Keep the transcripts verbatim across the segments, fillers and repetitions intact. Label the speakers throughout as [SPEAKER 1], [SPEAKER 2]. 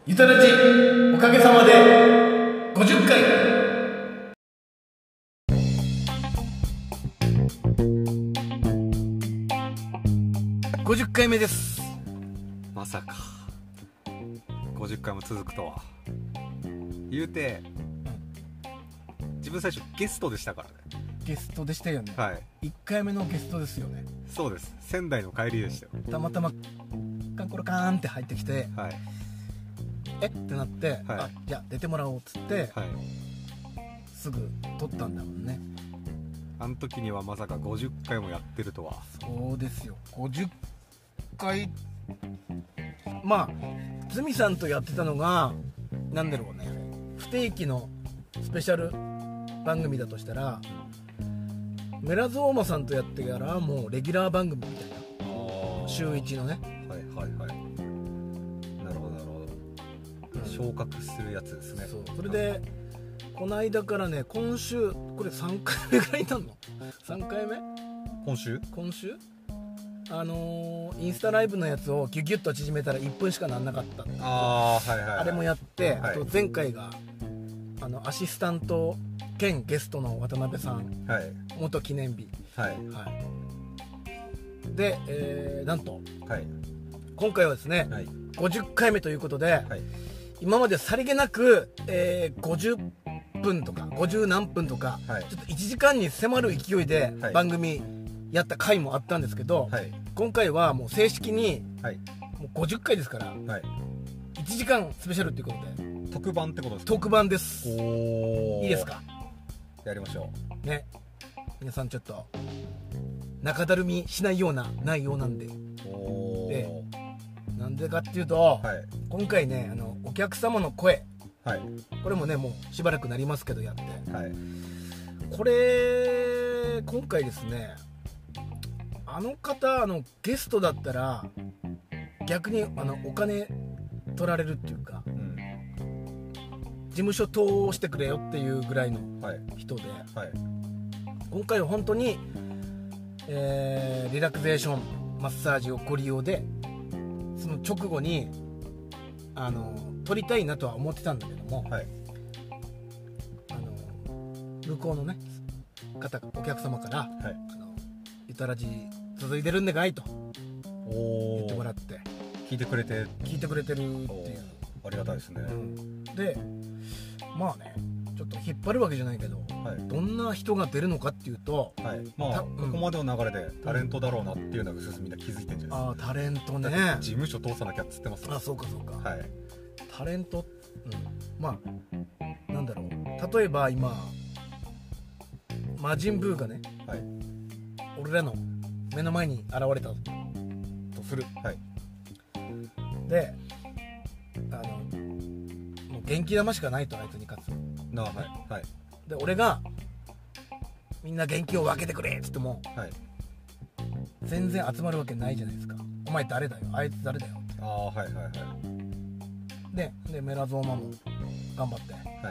[SPEAKER 1] ゆたらじおかげさまでごじゅっかい。ごじゅっかいめです。
[SPEAKER 2] まさかごじゅっかいも続くとは。言うて自分最初ゲストでしたからね。
[SPEAKER 1] ゲストでしたよね。
[SPEAKER 2] はい、
[SPEAKER 1] いっかいめのゲストですよね。
[SPEAKER 2] そうです。仙台の帰りでしたよ。
[SPEAKER 1] たまたまカンコロカーンって入ってきて、
[SPEAKER 2] はい、
[SPEAKER 1] えってなって、はい、あじゃあ出てもらおうっつって、はい、すぐ撮ったんだもんね。
[SPEAKER 2] あの時にはまさかごじゅっかいもやってるとは。
[SPEAKER 1] そうですよ、ごじゅっかい。まあズミさんとやってたのがなんだろうね、不定期のスペシャル番組だとしたら、メラゾーマさんとやってからもうレギュラー番組みたいな、週いちのね。
[SPEAKER 2] はいはいはい、なるほどなるほど、うん、昇格するやつですね。
[SPEAKER 1] そう、それでこの間からね、今週これさんかいめぐらいになるの。さんかいめ
[SPEAKER 2] 今週
[SPEAKER 1] 今週あのー、インスタライブのやつをギュギュッと縮めたらいっぷんしかなんなかった。
[SPEAKER 2] あー、はいはいはい、
[SPEAKER 1] あれもやって、
[SPEAKER 2] はい、
[SPEAKER 1] あと前回があのアシスタント兼ゲストの渡辺さん、はい、元記念日、はいはい、で、えー、なんと、はい、今回はですね、はい、ごじゅっかいめということで、はい、今までさりげなく、えー、ごじゅっぷんとかごじゅうなんぷんとか、はい、ちょっといちじかんに迫る勢いで番組やった回もあったんですけど、はい、今回はもう正式に、はい、もうごじゅっかいですから、はい、いちじかんスペシャルということで
[SPEAKER 2] 特番ってことですか？
[SPEAKER 1] 特番です。
[SPEAKER 2] おー、
[SPEAKER 1] いいですか？
[SPEAKER 2] やりましょ
[SPEAKER 1] うね。皆さんちょっと中だるみしないような内容なんで。おでなんでかっていうと、はい、今回ね、あのお客様の声、はい、これもねもうしばらくなりますけどやって、はい、これ今回ですね、あの方あのゲストだったら逆にあのお金取られるっていうか、うん、事務所通してくれよっていうぐらいの人で、はいはい、今回は本当に、えー、リラクゼーションマッサージをご利用で、その直後にあの取りたいなとは思ってたんだけども、はい、あの向こうのね方お客様から、はい、あのゆたらじ続いてるんでかいと言ってもらって、
[SPEAKER 2] 聞いてくれて
[SPEAKER 1] 聞いてくれてるっていう、
[SPEAKER 2] ありがたいですね、うん、
[SPEAKER 1] でまあねちょっと引っ張るわけじゃないけど、はい、どんな人が出るのかっていうと、はい、まあ、うん、ここまでの流れでタレントだろうなっていうのがみんな気づいてるんじゃないですか。 ああタレントね、
[SPEAKER 2] 事務所通さなきゃっつってます。
[SPEAKER 1] あ、そうかそうか、はい、タレント、うん、まあなんだろう、例えば今魔人ブーがね、はい、俺らの目の前に現れたとする、はい、であのもう元気玉しかないと、あいつに勝つの、はいはい、で俺がみんな元気を分けてくれっつっても、はい、全然集まるわけないじゃないですか。お前誰だよ、あいつ誰だよって。ああ、はいはいはい。ででメラゾーマも頑張って、はい、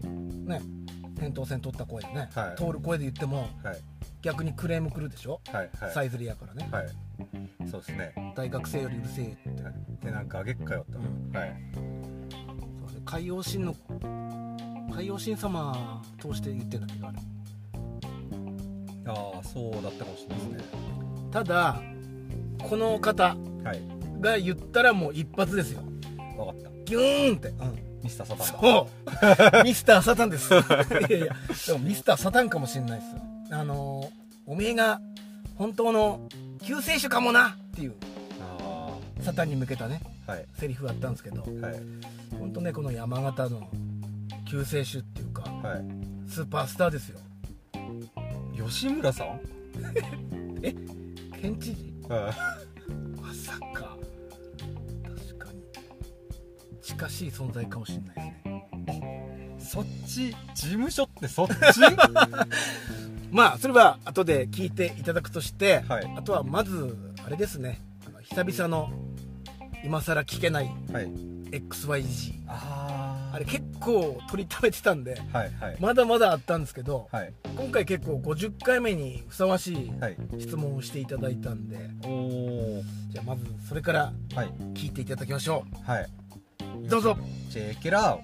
[SPEAKER 1] ね、扁桃腺取った声でね、はい、通る声で言っても、はい、逆にクレーム来るでしょ、はいはい、サイズリやからね、はい、
[SPEAKER 2] そうですね、
[SPEAKER 1] 大学生よりうるせえって、
[SPEAKER 2] はい、でなんかあげっかよって、うん、はい、
[SPEAKER 1] そうで海洋神の海洋神様通して言ってんだけど、あれ
[SPEAKER 2] ああそうだったかもしれないですね。
[SPEAKER 1] ただこの方が言ったらもう一発ですよ。
[SPEAKER 2] 分かった、
[SPEAKER 1] ギューンって、うん、
[SPEAKER 2] ミスターサタン。
[SPEAKER 1] そうミスターサタンですいやいやでもミスターサタンかもしれないです。あのー、おめえが本当の救世主かもなっていうサタンに向けたね、はい、セリフがあったんですけど、はい、本当ねこの山形の救世主っていうか、はい、スーパースターですよ。
[SPEAKER 2] 吉村さん
[SPEAKER 1] え県知事、
[SPEAKER 2] はい、
[SPEAKER 1] まさか確かに近しい存在かもしれないですね。
[SPEAKER 2] そっち事務所ってそっち
[SPEAKER 1] まあそれは後で聞いていただくとして、はい、あとはまずあれですね、あの久々の今更聞けない エックスワイジー、はい、あ, あれ結構取りためてたんで、はいはい、まだまだあったんですけど、はい、今回結構ごじゅっかいめにふさわしい質問をしていただいたんで、はい、おじゃあまずそれから聞いていただきましょう。
[SPEAKER 2] はい、
[SPEAKER 1] どうぞ。
[SPEAKER 2] チェッケラー。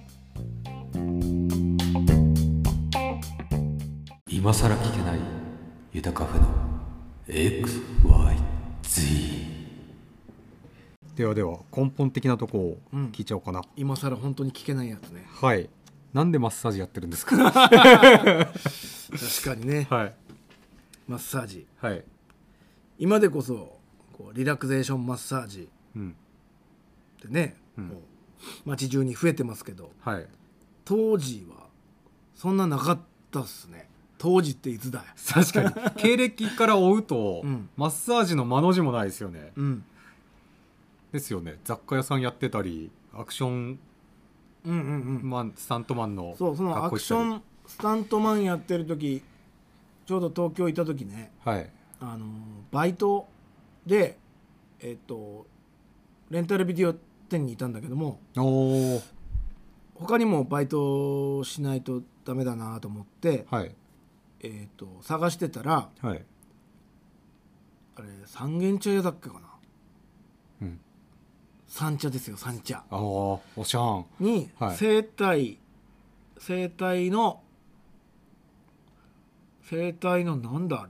[SPEAKER 3] 今さら聞けないユタカフェの エックスワイゼット。
[SPEAKER 2] ではでは根本的なとこを聞いちゃおうかな、うん、
[SPEAKER 1] 今更本当に聞けないやつね。
[SPEAKER 2] はい。なんでマッサージやってるんですか？
[SPEAKER 1] 確かにね、
[SPEAKER 2] はい、
[SPEAKER 1] マッサージ、
[SPEAKER 2] はい、
[SPEAKER 1] 今でこそこうリラクゼーションマッサージってね、うん、もう街中に増えてますけど、はい、当時はそんななかったっすね。当時っていつだよ。
[SPEAKER 2] 確かに経歴から追うと、うん、マッサージの間の字もないですよね、うん、ですよね。雑貨屋さんやってたりアクション、うんうんうん、マンスタントマンの
[SPEAKER 1] そうそのアクションスタントマンやってる時、ちょうど東京いた時ね、はい、あのバイトでえっとレンタルビデオ店にいたんだけども、お他にもバイトしないとダメだなと思って、はい、えー、と探してたら、はい、あれ三軒茶屋だっけかな、うん、三茶ですよ、三茶。
[SPEAKER 2] ああ、おしゃん
[SPEAKER 1] に、はい、整体整体の整体のなんだあれ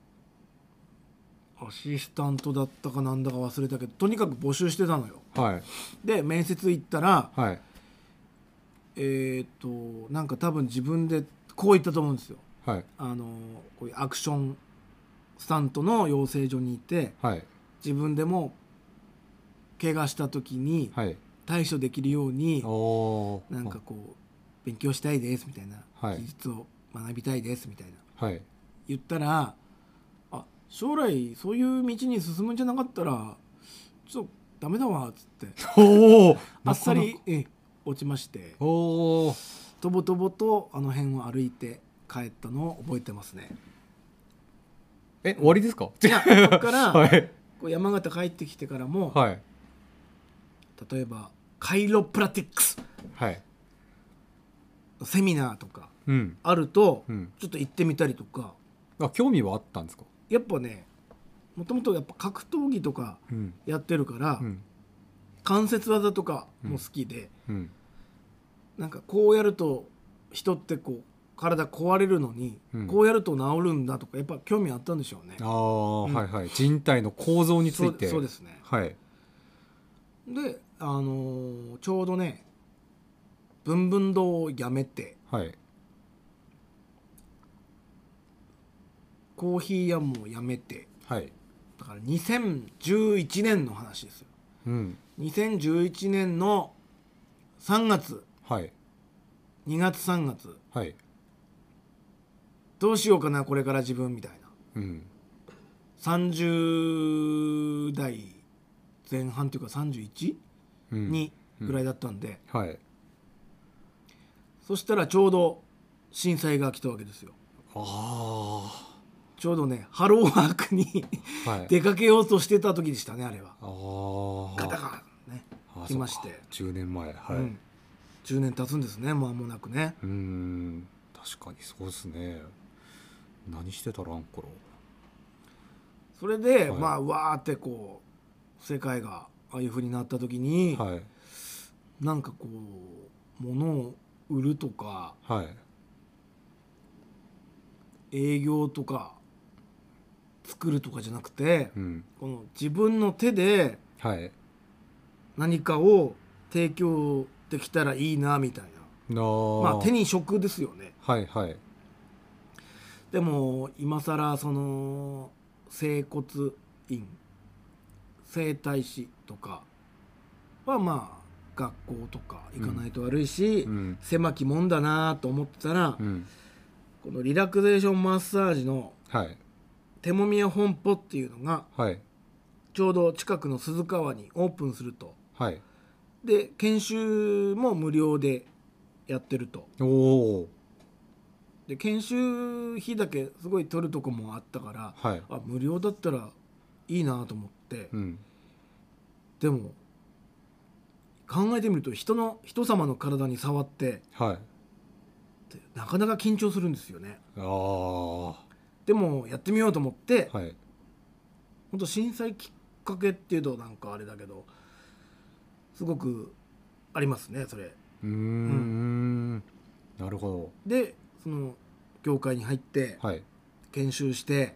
[SPEAKER 1] アシスタントだったかなんだか忘れたけど、とにかく募集してたのよ、はい、で面接行ったら、はい、えっ、ー、となんか多分自分でこう言ったと思うんですよ、はい、あのこういうアクションスタントの養成所にいて、はい、自分でも怪我した時に対処できるように、はい、なんかこう勉強したいですみたいな、はい、技術を学びたいですみたいな、はい、言ったら、あ、将来そういう道に進むんじゃなかったらちょっとダメだわっつっておあっさりえ落ちまして、おとぼとぼとあの辺を歩いて帰ったのを覚えてますね。
[SPEAKER 2] え、終わりですか？
[SPEAKER 1] いや、そこから、はい、こう山形帰ってきてからも、はい、例えばカイロプラティックス、はい、セミナーとかあると、うん、ちょっと行ってみたりとか、
[SPEAKER 2] あ、興味はあったんですか？
[SPEAKER 1] やっぱね、もともとやっぱ格闘技とかやってるから、うん、関節技とかも好きで、うんうん、なんかこうやると人ってこう体壊れるのに、うん、こうやると治るんだとかやっぱ興味あったんでしょうね。
[SPEAKER 2] あ、うん、はいはい、人体の構造について。
[SPEAKER 1] そう、そうですね、はい。で、あのー、ちょうどね文文堂を辞めて、はい、コーヒー屋も辞めて、はい、だからにせんじゅういちねんの話ですよ、うん、にせんじゅういちねんのさんがつ、はい、にがつさんがつ、はい、どうしようかなこれから自分みたいな、うん、さんじゅうだいぜん半というかさんじゅういち、うん、にぐらいだったんで、うん、はい、そしたらちょうど震災が来たわけですよ。あ、ちょうどねハローワークに、はい、出かけようとしてた時でしたね、あれは。あ、ガタガタね来まして、
[SPEAKER 2] じゅうねんまえ、はい、うん、
[SPEAKER 1] じゅうねん経つんですね、間もなくね。
[SPEAKER 2] うーん、確かにそうですね。何してたらん頃。
[SPEAKER 1] それで、はい、まあわーってこう世界がああいう風になった時に、はい、なんかこう物を売るとか、はい、営業とか作るとかじゃなくて、うん、この自分の手で何かを提供できたらいいなみたいな、まあ手に職ですよね。はいはい。でも今更その整骨院、整体師とかはまあ学校とか行かないと悪いし、うん、狭きもんだなと思ってたら、うん、このリラクゼーションマッサージの手もみや本舗っていうのが、はい、ちょうど近くの鈴川にオープンすると、はい、で研修も無料でやってると。おで研修費だけすごい取るとこもあったから、はい、あ無料だったらいいなと思って、うん、でも考えてみると人の人様の体に触って、はい、なかなか緊張するんですよね。あでもやってみようと思って、はい、本当震災きっかけっていうとなんかあれだけどすごくありますねそれ。
[SPEAKER 2] うーん、うん、なるほ
[SPEAKER 1] ど。でその業界に入って、はい、研修して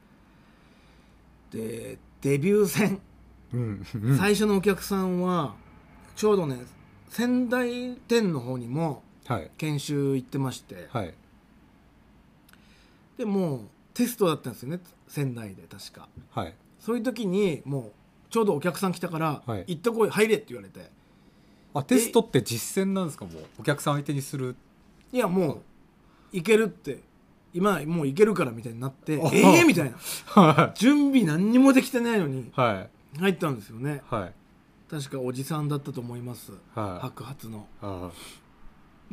[SPEAKER 1] でデビュー戦、うんうん、最初のお客さんはちょうどね仙台店の方にも研修行ってまして、はい、でもうテストだったんですよね仙台で確か、はい、そういう時にもうちょうどお客さん来たから、はい、行ってこい入れって言われて。
[SPEAKER 2] あ、テストって実践なんですか？もうお客さん相手にする。
[SPEAKER 1] いやもういけるって今もういけるからみたいになってええー、みたいな、はい、準備何にもできてないのに入ったんですよね、はい、確かおじさんだったと思います、はい、白髪の、はい、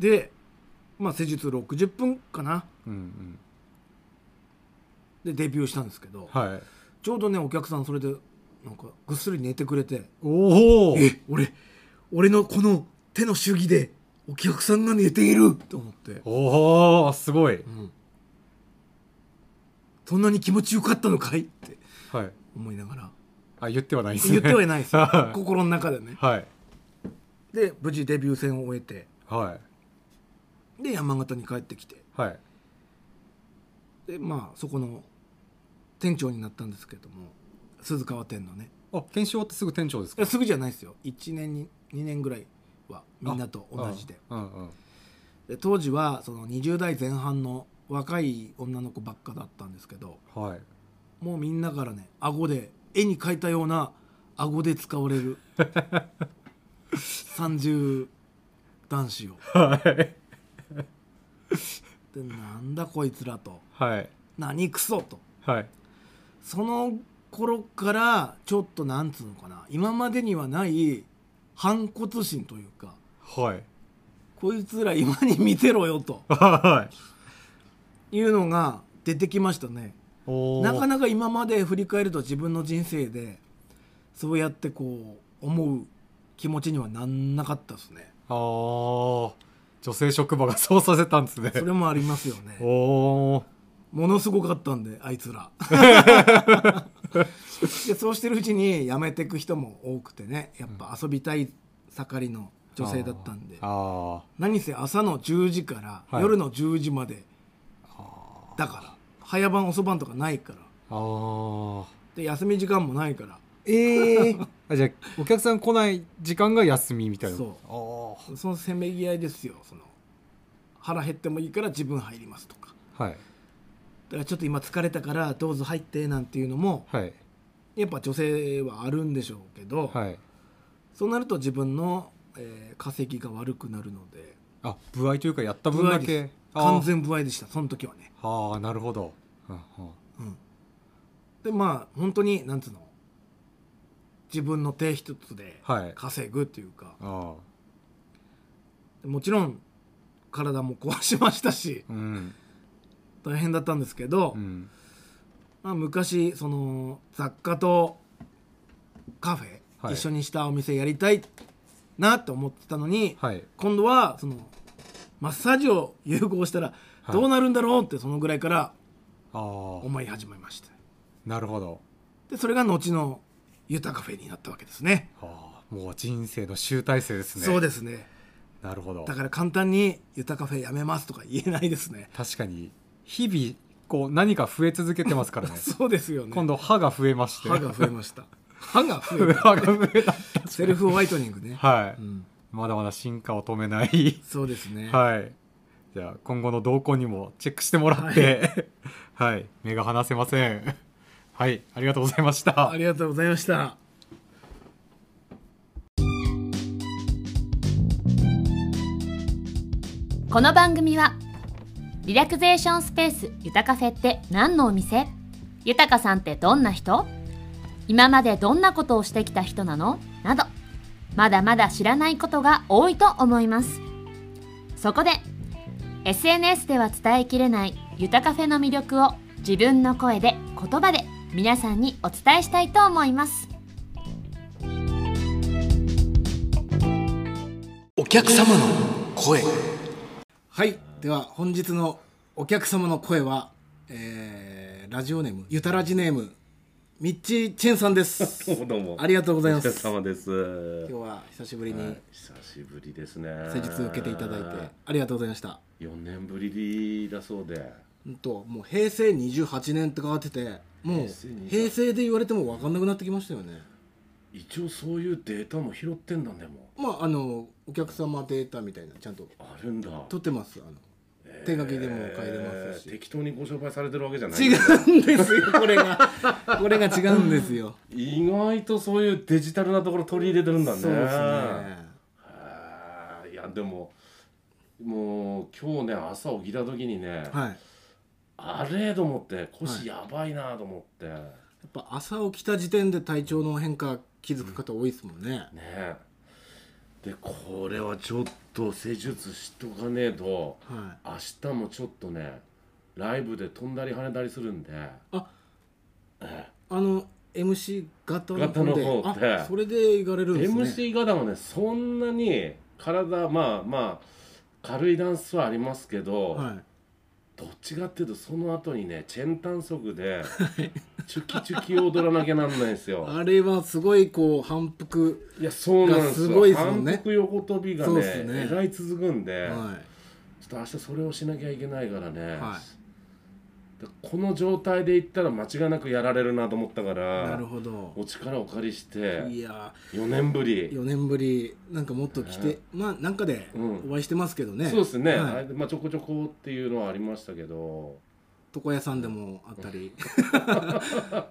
[SPEAKER 1] でまあ施術ろくじゅっぷんかな、うんうん、でデビューしたんですけど、はい、ちょうどねお客さんそれでなんかぐっすり寝てくれて、おおえ俺俺のこの手の手技でお客さんが寝ていると思って、
[SPEAKER 2] おおすごい、うん、
[SPEAKER 1] そんなに気持ちよかったのかいって思いながら、はい、
[SPEAKER 2] あ言ってはないですね。
[SPEAKER 1] 言ってはないです心の中でね、はい、で無事デビュー戦を終えて、はい、で山形に帰ってきて、はい、でまあそこの店長になったんですけども鈴川店のね。
[SPEAKER 2] あ研修終わってすぐ店長ですか？
[SPEAKER 1] いやすぐじゃないですよいちねんににねんぐらいはみんなと同じで、うんうん、で当時はそのにじゅう代前半の若い女の子ばっかだったんですけど、はい、もうみんなからね顎で絵に描いたような顎で使われるさんじゅう男子を、はい、でなんだこいつらと、はい、何クソと、はい、その頃からちょっとなんつうのかな今までにはない反骨心というか、はい、こいつら今に見てろよと、はい、いうのが出てきましたね。なかなか今まで振り返ると自分の人生でそうやってこう思う気持ちにはなんなかったですね。
[SPEAKER 2] あ女性職場がそうさせたんですね。
[SPEAKER 1] それもありますよね。おものすごかったんであいつらでそうしてるうちに辞めていく人も多くてねやっぱ遊びたい盛りの女性だったんで、あ何せ朝のじゅうじから夜のじゅうじまで、はい、だから早番遅番とかないからあで休み時間もないから
[SPEAKER 2] ええー、あじゃあお客さん来ない時間が休みみたいな。
[SPEAKER 1] そうあそのせめぎ合いですよ。その腹減ってもいいから自分入りますとか、はい、だからちょっと今疲れたからどうぞ入ってなんていうのも、はい、やっぱ女性はあるんでしょうけど、はい、そうなると自分の、えー、稼ぎが悪くなるので。
[SPEAKER 2] あ歩合というかやった分だけ
[SPEAKER 1] 完全歩合でしたその時はね。
[SPEAKER 2] ああなるほど、うん
[SPEAKER 1] うん、でまあ本当になんつうの自分の手一つで稼ぐっていうか、はい、もちろん体も壊しましたし、うん、大変だったんですけど、うんまあ、昔その雑貨とカフェ、はい、一緒にしたお店やりたいなって思ってたのに、はい、今度はそのマッサージを融合したらどうなるんだろうってそのぐらいから思い始めました。
[SPEAKER 2] なるほど。
[SPEAKER 1] でそれが後のユタカフェになったわけですね。
[SPEAKER 2] はあ、もう人生の集大成ですね。
[SPEAKER 1] そうですね。
[SPEAKER 2] なるほど。
[SPEAKER 1] だから簡単にユタカフェやめますとか言えないですね。
[SPEAKER 2] 確かに日々こう何か増え続けてますからね。
[SPEAKER 1] そうですよね。
[SPEAKER 2] 今度歯が増えまして。
[SPEAKER 1] 歯が増えました。歯が増えた。歯が増えた。セルフホワイトニングね。
[SPEAKER 2] はい、うん。まだまだ進化を止めない。
[SPEAKER 1] そうですね。
[SPEAKER 2] はい。じゃあ今後の動向にもチェックしてもらって、はい、はい、目が離せません。はい、ありがとうございました。
[SPEAKER 1] ありがとうございました。
[SPEAKER 4] この番組はリラクゼーションスペースユタカフェって何のお店？ユタカさんってどんな人？今までどんなことをしてきた人なの？などまだまだ知らないことが多いと思います。そこで エスエヌエス では伝えきれないユタカフェの魅力を自分の声で言葉で皆さんにお伝えしたいと思います。
[SPEAKER 1] お客様の声。はい、では本日のお客様の声は、えー、ラジオネームゆたらじネームミッチーチェンさんです。
[SPEAKER 5] どうもどうも。
[SPEAKER 1] ありがとうございます。
[SPEAKER 5] お疲れ様です。
[SPEAKER 1] 今日は久しぶりに、はい、
[SPEAKER 5] 久しぶりですね。
[SPEAKER 1] 施術受けていただいてありがとうございました。
[SPEAKER 5] よねんぶりだそうで。
[SPEAKER 1] うんともうへいせいにじゅうはちねんって変わってて、もう平成で言われても分かんなくなってきましたよね。
[SPEAKER 5] 一応そういうデータも拾ってんだねも
[SPEAKER 1] う。まああのお客様データみたいなちゃんと
[SPEAKER 5] あるんだ。
[SPEAKER 1] 取ってます。あの手書きでも書いてますし、
[SPEAKER 5] 適当にご紹介されてるわけじゃない。
[SPEAKER 1] 違うんですよこれがこれが違うんですよ。
[SPEAKER 5] 意外とそういうデジタルなところ取り入れてるんだね。
[SPEAKER 1] そうですね。
[SPEAKER 5] いやでももう今日ね朝起きた時にね、はい、あれと思って腰やばいなと思って、はい、や
[SPEAKER 1] っぱ朝起きた時点で体調の変化気づく方多いですもんね。
[SPEAKER 5] うん、ねでこれはちょっと施術しとかねえと、はい、明日もちょっとねライブで飛んだり跳ねたりするんで、
[SPEAKER 1] あ、ええ、あの エムシー 型の方で、方であそれで行かれるんですね。
[SPEAKER 5] エムシー 型もねそんなに体まあまあ軽いダンスはありますけど、はい、どっちかっていうとその後にねチェンタンソクでチュキチュキ踊らなきゃなんないんですよ。
[SPEAKER 1] あれはすごいこう反復
[SPEAKER 5] いやそうなんですよ。
[SPEAKER 1] すごいですもんね。
[SPEAKER 5] 反復横跳びが ね, ねえらい続くんで、はい、ちょっと明日それをしなきゃいけないからね、はい、この状態でいったら間違いなくやられるなと思ったから、
[SPEAKER 1] なるほど、
[SPEAKER 5] お力をお借りして
[SPEAKER 1] いや
[SPEAKER 5] よねんぶり
[SPEAKER 1] よねんぶりなんかもっと来て、ね、まあなんかでお会いしてますけどね、
[SPEAKER 5] うん、そうですね、はい、まあ、ちょこちょこっていうのはありましたけど
[SPEAKER 1] 床屋さんでもあったり、
[SPEAKER 5] はい、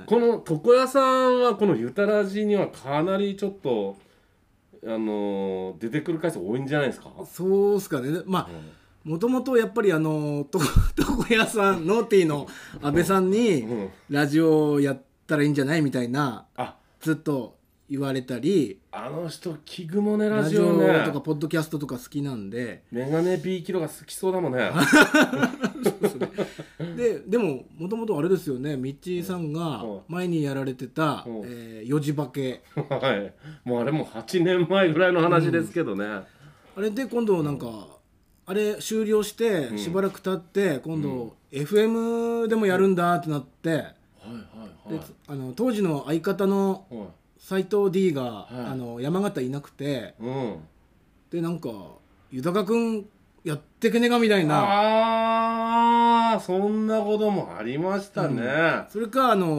[SPEAKER 5] この床屋さんはこのゆたらじにはかなりちょっとあのー、出てくる回数多いんじゃないですか。
[SPEAKER 1] そうですかね。まあもともとやっぱりあの床屋さんノーティーの安倍さんにラジオやったらいいんじゃないみたいな、あずっと言われたり、
[SPEAKER 5] あの人キグモネラジオね
[SPEAKER 1] ラジオとかポッドキャストとか好きなんで、
[SPEAKER 5] メガネ B キロが好きそうだもんね。
[SPEAKER 1] そうですね。ででももともとあれですよね、ミッチーさんが前にやられてた、うんえー、四時化け
[SPEAKER 5] はいもうあれもはちねんまえぐらいの話ですけどね、うん、あ
[SPEAKER 1] れで今度なんか、うん、あれ終了してしばらく経って今度、うん、エフエム でもやるんだってなって、うんはいはいはい、であの当時の相方の斎藤 D が、はい、あの山形いなくて、うん、でなんか豊くんやってけねがみたいな、
[SPEAKER 5] あーそんなこともありましたね、うん、
[SPEAKER 1] それかあの、うん、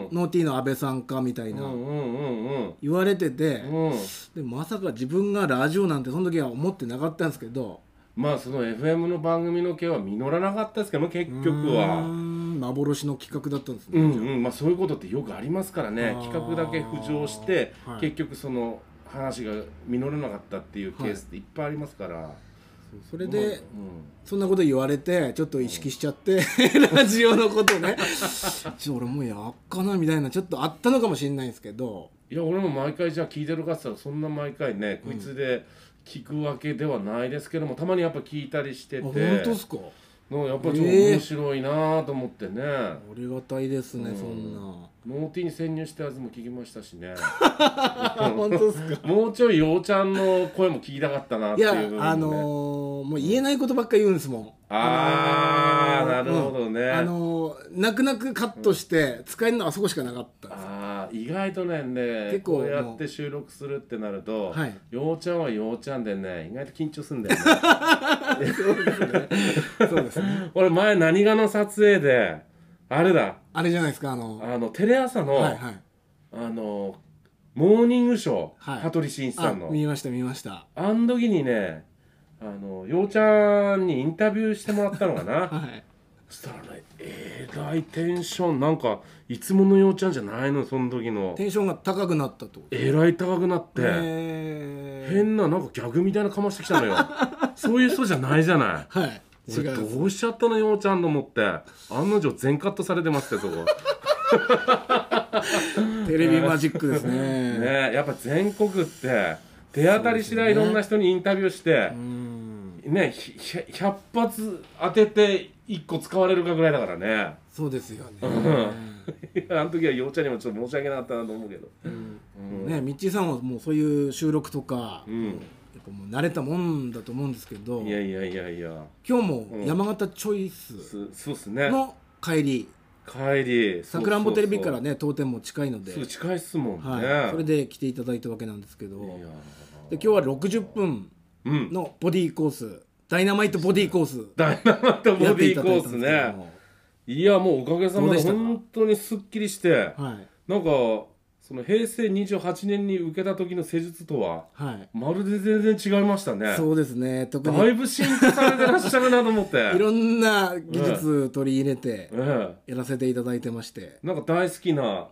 [SPEAKER 1] ノーティーの安倍さんかみたいな、うんうんうんうん、言われてて、うん、でまさか自分がラジオなんてその時は思ってなかったんですけど、
[SPEAKER 5] まあその エフエム の番組の件は実らなかったですけど結局は
[SPEAKER 1] 幻の企画だったんですね、
[SPEAKER 5] うんうんまあ、そういうことってよくありますからね。企画だけ浮上して、はい、結局その話が実らなかったっていうケースっていっぱいありますから、はい
[SPEAKER 1] それで、まあうん、そんなこと言われてちょっと意識しちゃって、うん、ラジオのことねちょ俺もうやっかなみたいなちょっとあったのかもしれないんですけど、
[SPEAKER 5] いや俺も毎回じゃあ聞いてるかって言ったらそんな毎回ねこいつで聞くわけではないですけども、たまにやっぱ聞いたりしてて、
[SPEAKER 1] 本当ですか。
[SPEAKER 5] のやっぱちょっと面白いなと思ってね、えー、
[SPEAKER 1] ありがたいですね、うん、そんな
[SPEAKER 5] ノーティーに潜入したやつも聞きましたしね
[SPEAKER 1] 本当ですか。
[SPEAKER 5] もうちょいようちゃんの声も聞きたかったなっていう部分、ね、
[SPEAKER 1] いやあのー、もう言えないことばっかり言うんですもん。
[SPEAKER 5] あー、あのー、なるほどね、うん、
[SPEAKER 1] あのー、泣く泣くカットして使えるのはあそこしかなかったんです。
[SPEAKER 5] あ意外とねね結構こうやって収録するってなると、はい、ようちゃんはようちゃんでね意外と緊張するんだよね
[SPEAKER 1] そうですねそうですね
[SPEAKER 5] 俺前何がの撮影であれだ
[SPEAKER 1] あれじゃないですかあの
[SPEAKER 5] あのテレ朝の、はいはい、あのモーニングショー、はい、羽鳥慎一さんの
[SPEAKER 1] 見ました見ました。
[SPEAKER 5] あの時にねあのようちゃんにインタビューしてもらったのかな、はいそしたらねえらいテンションなんかいつものようちゃんじゃないの。その時の
[SPEAKER 1] テンションが高くなったと
[SPEAKER 5] えらい高くなって、えー、変ななんかギャグみたいなかましてきたのよそういう人じゃないじゃない、はい、俺どうしちゃったのようちゃんと思って案の定全カットされてますってそこ
[SPEAKER 1] テレビマジックですね
[SPEAKER 5] ねやっぱ全国って手当たり次第いろんな人にインタビューしてねひゃっ発当てていっこ使われるかぐらいだからね。
[SPEAKER 1] そうですよね、
[SPEAKER 5] うん、あの時はようちゃんにもちょっと申し訳なかったなと思うけど、うん
[SPEAKER 1] うん、ねみっちーさんはもうそういう収録とか、うん、やっぱもう慣れたもんだと思うんですけど、
[SPEAKER 5] いやいやいやいや
[SPEAKER 1] 今日も山形チョイスの帰り
[SPEAKER 5] 帰り
[SPEAKER 1] さくらんぼテレビからね当店も近いので、
[SPEAKER 5] すぐ近いっすもんね、
[SPEAKER 1] はい、それで来ていただいたわけなんですけど、で今日はろくじゅっぷんのボディーコース、うん、ダイナマイトボディーコース
[SPEAKER 5] ダイナマイトボディーコースね。いやもうおかげさまで本当にすっきりして、はい、なんかその平成にじゅうはちねんに受けた時の施術とは、はい、まるで全然違いましたね。
[SPEAKER 1] そうですね、特に
[SPEAKER 5] だいぶ進化されてらっしゃるなと思って
[SPEAKER 1] いろんな技術取り入れてやらせていただいてまして、え
[SPEAKER 5] え、なんか大好きな、はい、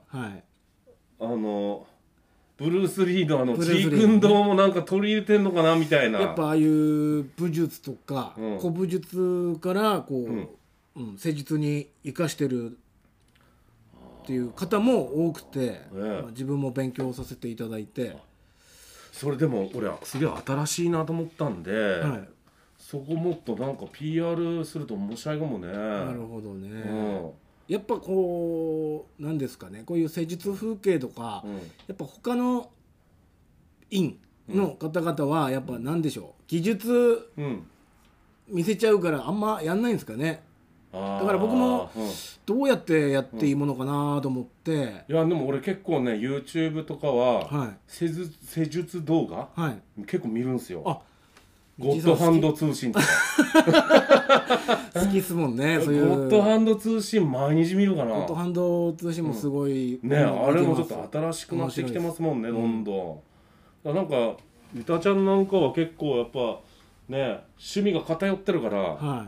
[SPEAKER 5] あのブルース・リーのあのジークンドーもなんか取り入れてんのかなみたいな。
[SPEAKER 1] やっぱああいう武術とか、うん、古武術からこう、うんうん、施術に生かしてるっていう方も多くて、ね、まあ、自分も勉強させていただいて、
[SPEAKER 5] それでも俺はすげえ新しいなと思ったんで、はい、そこもっとなんか ピーアール すると面白いかもね。
[SPEAKER 1] なるほどね、うん、やっぱこうなんですかね、こういう施術風景とか、うん、やっぱ他の院の方々はやっぱ何でしょう、技術見せちゃうからあんまやんないんですかね。だから僕もどうやってやっていいものかなと思って、うん、い
[SPEAKER 5] やでも俺結構ね YouTube とかは施術、はい、施術動画、はい、結構見るんですよ。あ、ゴッドハンド通信とか
[SPEAKER 1] 好きっすもんね。そういう
[SPEAKER 5] ゴッドハンド通信毎日見るかな。
[SPEAKER 1] ゴッドハンド通信もすごい、
[SPEAKER 5] うん、ね、あれもちょっと新しくなってきてますもんね、どんどん。だなんかゆたちゃんなんかは結構やっぱね趣味が偏ってるから、はい、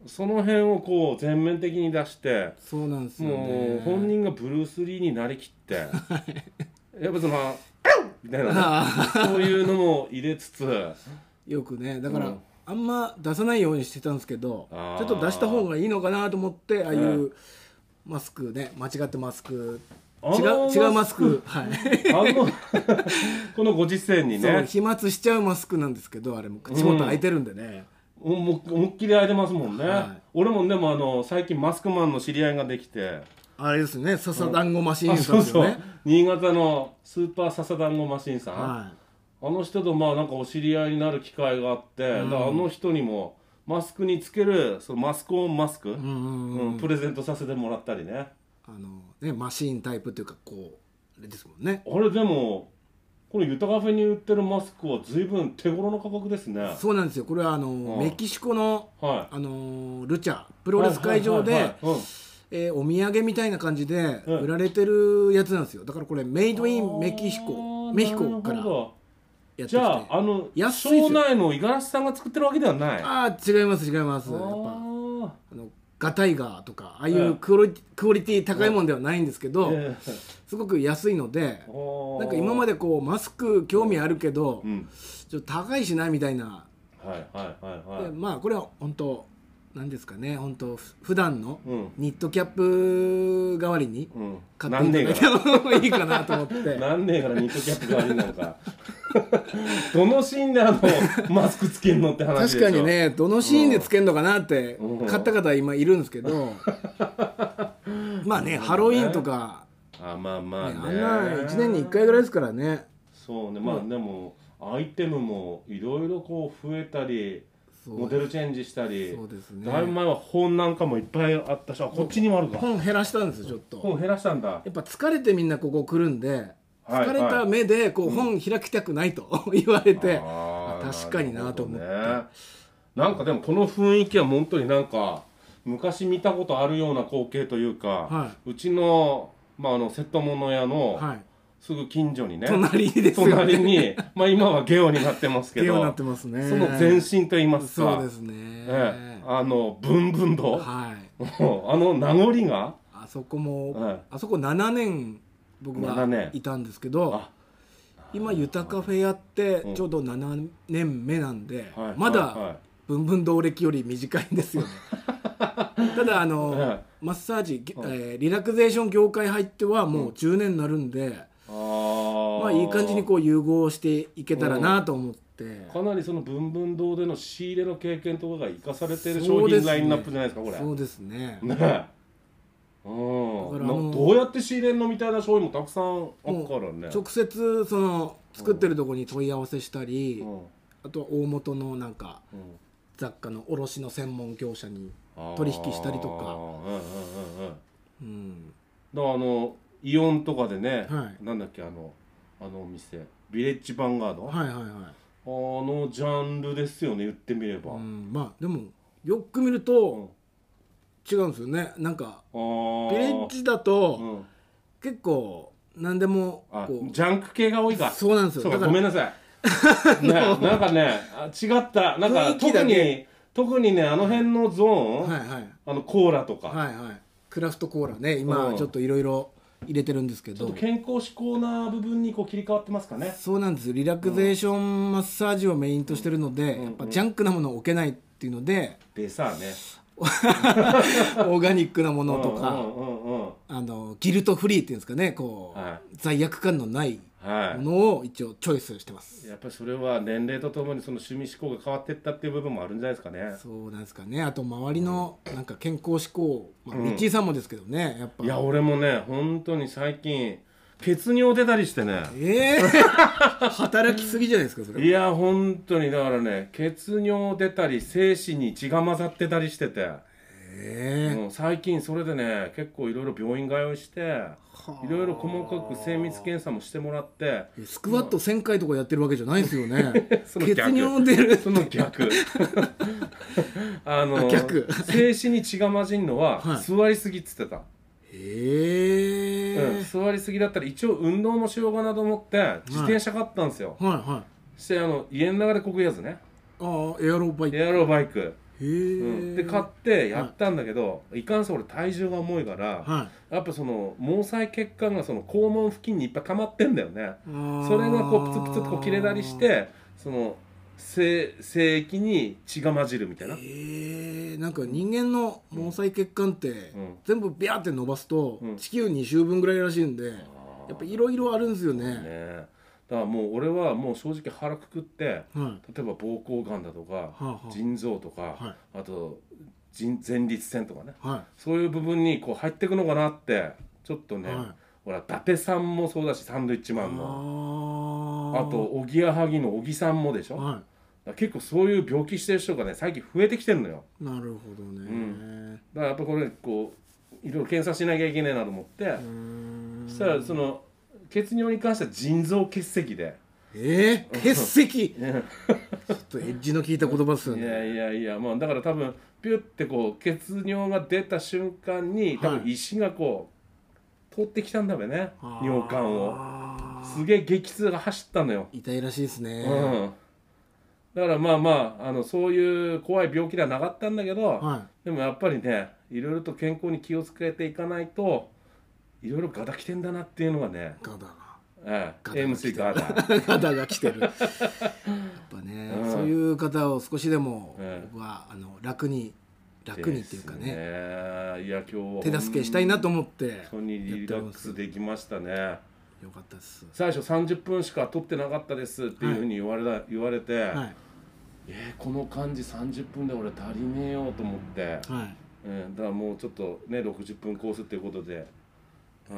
[SPEAKER 5] その辺をこう全面的に出して、
[SPEAKER 1] そうなんですよね、
[SPEAKER 5] もう本人がブルース・リーになりきってやっぱそのみたいな、ね、そういうのも入れつつ
[SPEAKER 1] よくね、だから、うん、あんま出さないようにしてたんですけど、ちょっと出した方がいいのかなと思って、ああいうマスクね、間違ってマスク違う、違うマスク、はい、
[SPEAKER 5] あのこのご時世にね、そう
[SPEAKER 1] 飛沫しちゃうマスクなんですけど、あれも口元開いてるんでね、
[SPEAKER 5] うん、思いっきり開いてますもんね、はい、俺もでもあの最近マスクマンの知り合いができて、
[SPEAKER 1] あれですね、笹団子マシンさんですよね、そうそう、
[SPEAKER 5] 新潟のスーパー笹団子マシンさん、はい、あの人とまあなんかお知り合いになる機会があって、うん、だからあの人にもマスクにつけるそのマスクオンマスク、うんうんうんうん、プレゼントさせてもらったりね、
[SPEAKER 1] あのね、マシーンタイプっていうかこうあれですもんね。
[SPEAKER 5] あれでもこのユタカフェに売ってるマスクは随分手頃な価格ですね。
[SPEAKER 1] そうなんですよ。これはあの、うん、メキシコの、はい、あのルチャプロレス会場でお土産みたいな感じで売られてるやつなんですよ。だからこれメイドインメキシコメヒコからやってきて、
[SPEAKER 5] じゃああの庄内の五十嵐さんが作ってるわけではない。
[SPEAKER 1] ああ違います違います。やっぱあのガタイガーとかああいうクオリ、クオリティ高いもんではないんですけど、すごく安いので、なんか今までこうマスク興味あるけど、うん、ちょっと高いしなみたいな、はいはいはいはい、でまあこれは本当なんですかね、本当普段のニットキャップ代わりに買っていただいてもいいかなと思って。
[SPEAKER 5] 何年からニットキャップ代わりになのかどのシーンであのマスクつけんのって話でしょ。
[SPEAKER 1] 確かにね、どのシーンでつけんのかなって買った方今いるんですけど、まあね、ハロウィーンとか
[SPEAKER 5] あまあまあね、
[SPEAKER 1] あんないちねんにいっかいぐらいですからね。
[SPEAKER 5] そうね、まあでもアイテムもいろいろこう増えたりモデルチェンジしたり、そうですね、だいぶ前は本なんかもいっぱいあったし、こっちにもあるか。
[SPEAKER 1] 本減らしたんですよちょっと。
[SPEAKER 5] 本減らしたんだ。
[SPEAKER 1] やっぱ疲れてみんなここ来るんで、疲れた目でこう本開きたくないと言われて、うん、確かになと思って、ね、
[SPEAKER 5] なんかでもこの雰囲気は本当になんか昔見たことあるような光景というか、はい、うちの、まあ、あの瀬戸物屋の、はい、すぐ近所にね、
[SPEAKER 1] 隣ですよね、
[SPEAKER 5] 隣に、まあ、今はゲオになってますけど、
[SPEAKER 1] ゲオになってますね、
[SPEAKER 5] その前身といいます
[SPEAKER 1] か、そうですね、
[SPEAKER 5] ええ、あの文文堂、はい、あの名残が
[SPEAKER 1] あそこも、はい、あそこななねん僕はいたんですけど、今ゆたカフェやってちょうどななねんめなんで、うん、まだ文文堂歴より短いんですよねただあの、はい、マッサージ、えー、リラクゼーション業界入ってはもうじゅうねんになるんで、うん、まあいい感じにこう融合していけたらなと思って、うん、
[SPEAKER 5] かなりその文文堂での仕入れの経験とかが生かされている商品ラインナップじゃないですか、これ。
[SPEAKER 1] そうですね。
[SPEAKER 5] ねうん、だからどうやって仕入れんのみたいな商品もたくさんあるからね。
[SPEAKER 1] 直接その作ってるところに問い合わせしたり、うん、あとは大元のなんか、うん、雑貨の卸の専門業者に取引したりとか、
[SPEAKER 5] うん、だからあのイオンとかでね、はい、なんだっけあのあのお店ビレッジヴァンガード、はいはいはい、あのジャンルですよね、言ってみれば、うん、
[SPEAKER 1] まあでもよく見ると違うんですよね。なんかビレッジだと、うん、結構何でも
[SPEAKER 5] こうジャンク系が多いか。
[SPEAKER 1] そうなんですよ。
[SPEAKER 5] そうか、ごめんなさいね、なんかね違った、なんか特に特にねあの辺のゾーン、はいはい、あのコーラとか、はいはい、
[SPEAKER 1] クラフトコーラね今ちょっといろいろ入れてるんですけど、ちょっ
[SPEAKER 5] と健康志向な部分にこう切り替わってますかね。
[SPEAKER 1] そうなんです。リラクゼーションマッサージをメインとしてるので、うん、やっぱジャンクなものを置けないっていうので、
[SPEAKER 5] でさあね
[SPEAKER 1] オーガニックなものとか、あのギルトフリーっていうんですかね、こう、はい、罪悪感のないものを一応チョイスしてます、
[SPEAKER 5] はい、やっぱりそれは年齢とともにその趣味思考が変わっていったっていう部分もあるんじゃないですかね。
[SPEAKER 1] そうなんですかね。あと周りのなんか健康志向、まあ、ミッチーさんもですけどね、やっぱ
[SPEAKER 5] いや俺もね本当に最近血尿出たりしてね、
[SPEAKER 1] えー、働きすぎじゃないですかそれ。
[SPEAKER 5] いや本当にだからね血尿出たり精子に血が混ざってたりしてて、えー、もう最近それでね結構いろいろ病院通いしていろいろ細かく精密検査もしてもらって、
[SPEAKER 1] スクワットせんかいとかやってるわけじゃないですよねその血尿出る
[SPEAKER 5] その逆あの逆精子に血が混じるのは、はい、座りすぎっつってた。へえ、うん、座りすぎだったら一応運動もしようかなと思って自転車買ったんですよ、はいはいはい、してあの家の中でこぐやつね、
[SPEAKER 1] ああエアロバイク
[SPEAKER 5] エアロバイクへえ、うん、で買ってやったんだけど、はい、いかんせん俺体重が重いから、はい、やっぱその毛細血管がその肛門付近にいっぱい溜まってんだよね。それがこうプツプツとこう切れたりしてその精液に血が混じるみたいな。
[SPEAKER 1] えー、なんか人間の毛細血管って、うん、全部ビャーって伸ばすと、うん、地球に周分ぐらいらしいんで、やっぱいろいろあるんですよね。ね、
[SPEAKER 5] だからもう俺はもう正直腹くくって、はい、例えば膀胱がんだとか、はあはあ、腎臓とか、はい、あと前立腺とかね、はい、そういう部分にこう入っていくのかなってちょっとね、はい、ほら伊達さんもそうだしサンドイッチマンの あ, あとおぎやはぎの小木さんもでしょ、はい、結構そういう病気してる人がね最近増えてきてるのよ。
[SPEAKER 1] なるほどね、うん、
[SPEAKER 5] だからやっぱこれこういろいろ検査しなきゃいけないなと思って、そしたらその血尿に関しては腎臓結石で、
[SPEAKER 1] えー、結石ちょっとエッジの効いた言葉ですよね。
[SPEAKER 5] いやいやいや、まあ、だから多分ピュッてこう血尿が出た瞬間に多分石がこう、はい、通ってきたんだべね、尿管を。すげえ激痛が走ったのよ。
[SPEAKER 1] 痛いらしいですね、
[SPEAKER 5] うん、だからまあまあ、あのそういう怖い病気ではなかったんだけど、はい、でもやっぱりねいろいろと健康に気をつけていかないといろいろガタきてんだなっていうのがね。
[SPEAKER 1] ガダが
[SPEAKER 5] ええ、エムシー ガダ
[SPEAKER 1] ガダが来てるやっぱね、うん、そういう方を少しでも僕は、あの楽に楽にっていうかね、
[SPEAKER 5] いや今日
[SPEAKER 1] 手助けしたいなと思って
[SPEAKER 5] 本当にリラックスできましたね。
[SPEAKER 1] よかったです。
[SPEAKER 5] 最初さんじゅっぷんしか撮ってなかったですっていうふうに言われた、はい、言われて、はい、えー、この感じさんじゅっぷんで俺足りねえよと思って、はい、えー、だからもうちょっとねろくじゅっぷんコースっていうことで、はい、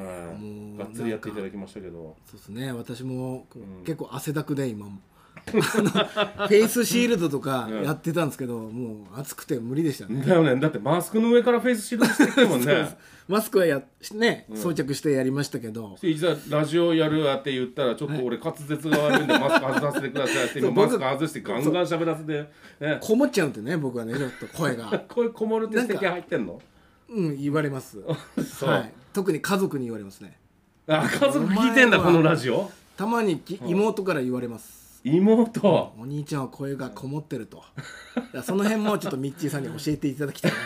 [SPEAKER 5] がっつりやっていただきましたけど。
[SPEAKER 1] そうですね、私も、うん、結構汗だくで今もあのフェイスシールドとかやってたんですけど、うん、もう暑くて無理でしたね。
[SPEAKER 5] だよね、だってマスクの上からフェイスシールドしてきてもんね
[SPEAKER 1] マスクはや、ね、装着してやりましたけど、
[SPEAKER 5] いざラジオやるって言ったらちょっと俺滑舌が悪いんでマスク外させてくださいって今マスク外してガンガン喋らせて、
[SPEAKER 1] ね、こもっちゃうんでね、僕はねちょっと声が
[SPEAKER 5] 声こもるって指摘入ってんの？
[SPEAKER 1] うん言われますそう、はい、特に家族に言われますね。
[SPEAKER 5] あ、家族聞いてんだこのラジオ。
[SPEAKER 1] たまに妹から言われます。
[SPEAKER 5] 妹、
[SPEAKER 1] お兄ちゃんは声がこもってるとその辺もちょっとミッチーさんに教えていただきたいな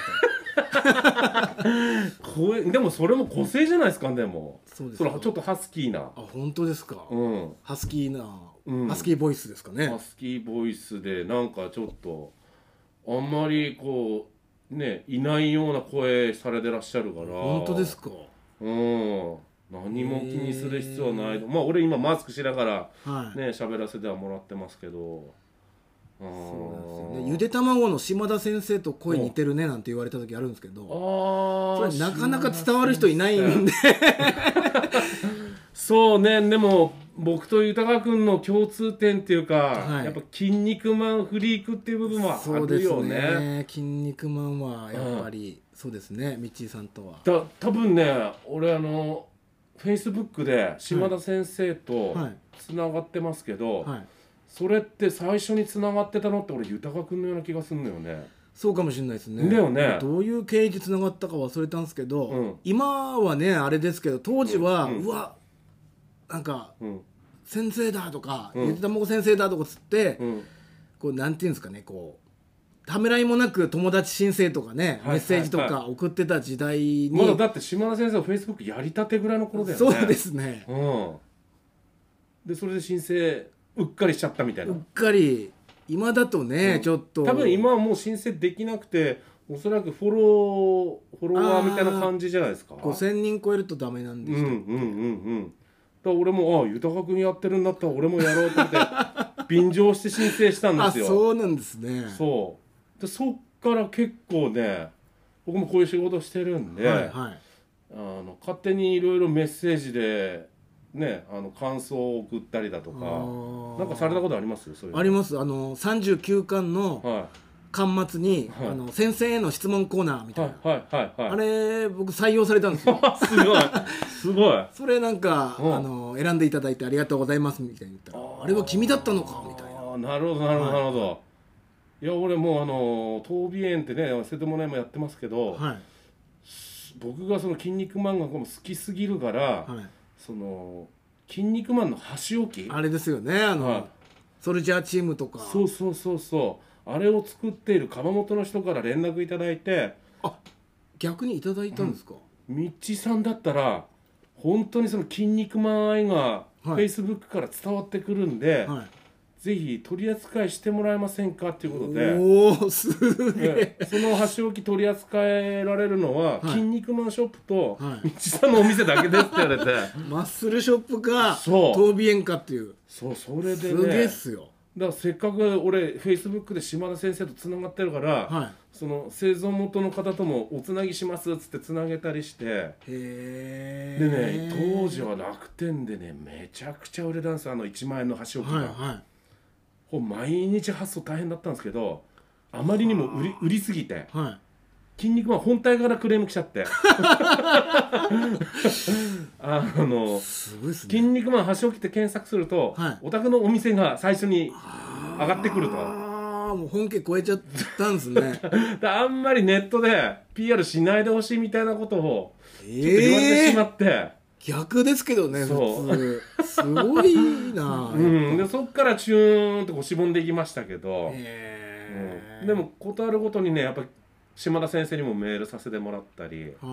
[SPEAKER 5] と声でもそれも個性じゃないですか。でもそうですか、それちょっとハスキーな。
[SPEAKER 1] あ、本当ですか、
[SPEAKER 5] うん、
[SPEAKER 1] ハスキーな、うん、ハスキーボイスですかね。
[SPEAKER 5] ハスキーボイスでなんかちょっとあんまりこうねいないような声されてらっしゃるから。
[SPEAKER 1] 本当ですか。
[SPEAKER 5] うん、何も気にする必要はない。まあ俺今マスクしながらね喋、はい、らせてはもらってますけど、
[SPEAKER 1] そうなんですよね。ゆで卵の島田先生と声似てるねなんて言われた時あるんですけど、あ、それなかなか伝わる人いないんで
[SPEAKER 5] そうね。でも僕と豊君の共通点っていうか、はい、やっぱ筋肉マンフリークっていう部分はあるよね。そうですね、
[SPEAKER 1] 筋肉マンはやっぱりそうですね、ミッチーさんとは。
[SPEAKER 5] だ多分ね、俺あのフェイスブックで島田先生とつながってますけど、はいはい、それって最初につながってたのって俺豊君のような気がするんだよね。
[SPEAKER 1] そうかもしれないですね。
[SPEAKER 5] だよね。
[SPEAKER 1] どういう経緯でつながったか忘れたんですけど、うん、今はねあれですけど、当時は、うん、うわなんか、うん、先生だとか、うん、ゆでたまご先生だとかつって、うん、こうなんていうんですかね、こうためらいもなく友達申請とかね、メッセージとか送ってた時代に、
[SPEAKER 5] まだだって島田先生はフェイスブックやりたてぐらいの頃だよね。
[SPEAKER 1] そうですね、
[SPEAKER 5] うん、でそれで申請うっかりしちゃったみたいな。
[SPEAKER 1] うっかり今だとね、うん、ちょっと
[SPEAKER 5] 多分今はもう申請できなくて、おそらくフォローフォロワーみたいな感じじゃないですか。
[SPEAKER 1] ごせんにん超えるとダメなんですよ。うんうんうんう
[SPEAKER 5] ん。だから俺もああ豊君やってるんだったら俺もやろうと思って便乗して申請したんですよ。
[SPEAKER 1] あ、そうなんですね。
[SPEAKER 5] そうでそっから結構ね、僕もこういう仕事してるんで、はいはい、あの勝手にいろいろメッセージでね、あの感想を送ったりだとか、なんかされたことあります？そういうの
[SPEAKER 1] あります。あのさんじゅうきゅうかんの巻末に、はい、あの先生への質問コーナーみたいな、はいはいはいはい、あれ僕採用されたんですよ。
[SPEAKER 5] すごいすごい。
[SPEAKER 1] それなんか、うん、あの選んでいただいてありがとうございますみたいに言ったら、 あ, あれは君だったのかみたいな。
[SPEAKER 5] あ、なるほどなるほどなるほど、はい、いや俺もうあの東美園ってね瀬戸物屋もやってますけど、はい、僕がその筋肉漫画が好きすぎるから、はい、その筋肉マンの箸置き
[SPEAKER 1] あれですよね、あの、はい、ソルジャーチームとか。
[SPEAKER 5] そうそうそうそう、あれを作っている窯元の人から連絡いただいて。
[SPEAKER 1] あ、逆にいただいたんですか。
[SPEAKER 5] うん、ミッチーさんだったら本当にその筋肉マン愛がフェイスブックから伝わってくるんで、はい、ぜひ取り扱いしてもらえませんかっていうことで。
[SPEAKER 1] おー、すげえ。
[SPEAKER 5] その箸置き取り扱えられるのは、はい、筋肉マンショップと、はい、ミッチーさんのお店だけですって言われて
[SPEAKER 1] マッスルショップか東美園かっていう。
[SPEAKER 5] そう、それでね、
[SPEAKER 1] すげえっすよ。
[SPEAKER 5] だからせっかく俺フェイスブックで島田先生とつながってるから、はい、その製造元の方ともおつなぎしますっつってつなげたりして、へでね、当時は楽天でねめちゃくちゃ売れたんですよ、あのいちまんえんの箸置きが、はいはい、毎日発送大変だったんですけど、あまりにも売り、売りすぎて、はい、筋肉マン本体からクレーム来ちゃってあのすごいっすね、筋肉マン箸置きって検索すると、はい、お宅のお店が最初に上がってくると。
[SPEAKER 1] ああ、もう本家超えちゃったんですね
[SPEAKER 5] あんまりネットで ピーアール しないでほしいみたいなことをちょっと言われてしまって、えー、
[SPEAKER 1] 逆ですけどね、普通すごいな、
[SPEAKER 5] うん、でそっからチューンとこうしぼんでいきましたけど、えーうん、でも事あるごとにねやっぱ島田先生にもメールさせてもらったり、うん、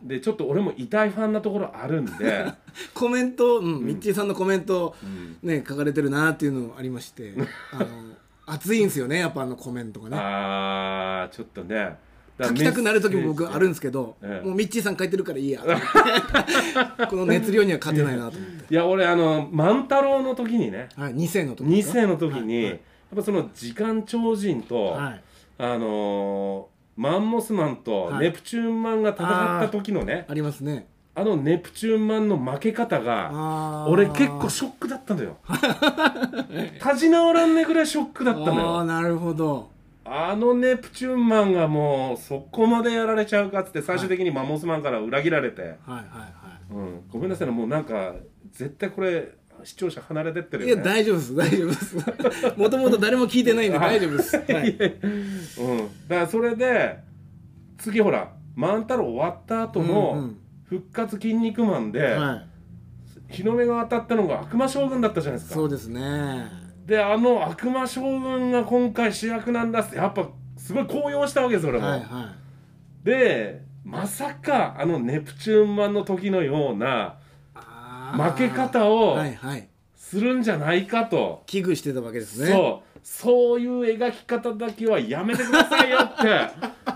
[SPEAKER 5] でちょっと俺も痛いファンなところあるんで
[SPEAKER 1] コメント、うんうん、ミッチーさんのコメント、うん、ね書かれてるなっていうのありましてあの熱いんですよね、やっぱあのコメントがね。
[SPEAKER 5] あーちょっとね
[SPEAKER 1] 書きたくなる時も僕あるんですけど、ええ、もうミッチーさん書いてるからいいやこの熱量には勝てないなと思って。
[SPEAKER 5] いや俺あの万太郎の時にね、
[SPEAKER 1] はい、に世の時
[SPEAKER 5] に世の時に、はいはい、やっぱその時間超人と、はい、あのー、マンモスマンとネプチューンマンが戦った時のね、はい、
[SPEAKER 1] あ, ありますね、
[SPEAKER 5] あのネプチューンマンの負け方が俺結構ショックだったのよ立ち直らんねぐらいショックだったのよ。
[SPEAKER 1] ああ、なるほど。
[SPEAKER 5] あのネプチューンマンがもうそこまでやられちゃうかっつって最終的にマンモスマンから裏切られて、はいはいはい、うん、ごめんなさいね、もうなんか絶対これ視聴者離れてってるよね。
[SPEAKER 1] いや大丈夫です大丈夫ですもともと誰も聞いてないんで大丈夫です、はい、うん、だ
[SPEAKER 5] からそれで次ほら万太郎終わった後の復活筋肉マンで、うんうん、日の目が当たったのが悪魔将軍だったじゃないですか。
[SPEAKER 1] そうですね。
[SPEAKER 5] であの悪魔将軍が今回主役なんだってやっぱすごい高揚したわけです俺も、はいはい、でまさかあのネプチューンマンの時のような負け方をするんじゃないかと
[SPEAKER 1] 危惧してたわけですね。
[SPEAKER 5] そうそういう描き方だけはやめてくださいよって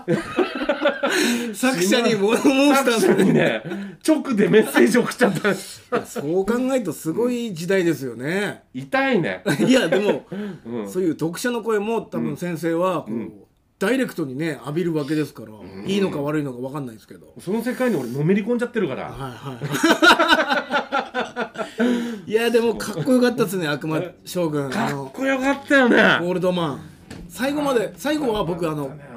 [SPEAKER 1] 作者に物申したんです
[SPEAKER 5] 作者にね直でメッセージ送っちゃったんです。
[SPEAKER 1] そう考えるとすごい時代ですよね。
[SPEAKER 5] 痛いね
[SPEAKER 1] いやでも、うん、そういう読者の声も多分先生はこう、うん、ダイレクトにね浴びるわけですから、うん、いいのか悪いのか分かんないですけど、
[SPEAKER 5] その世界に俺のめり込んじゃってるから、はい
[SPEAKER 1] はいいやでもかっこよかったですね悪魔将軍。
[SPEAKER 5] かっこよかったよね
[SPEAKER 1] ゴールドマン最後まで。最後は僕あの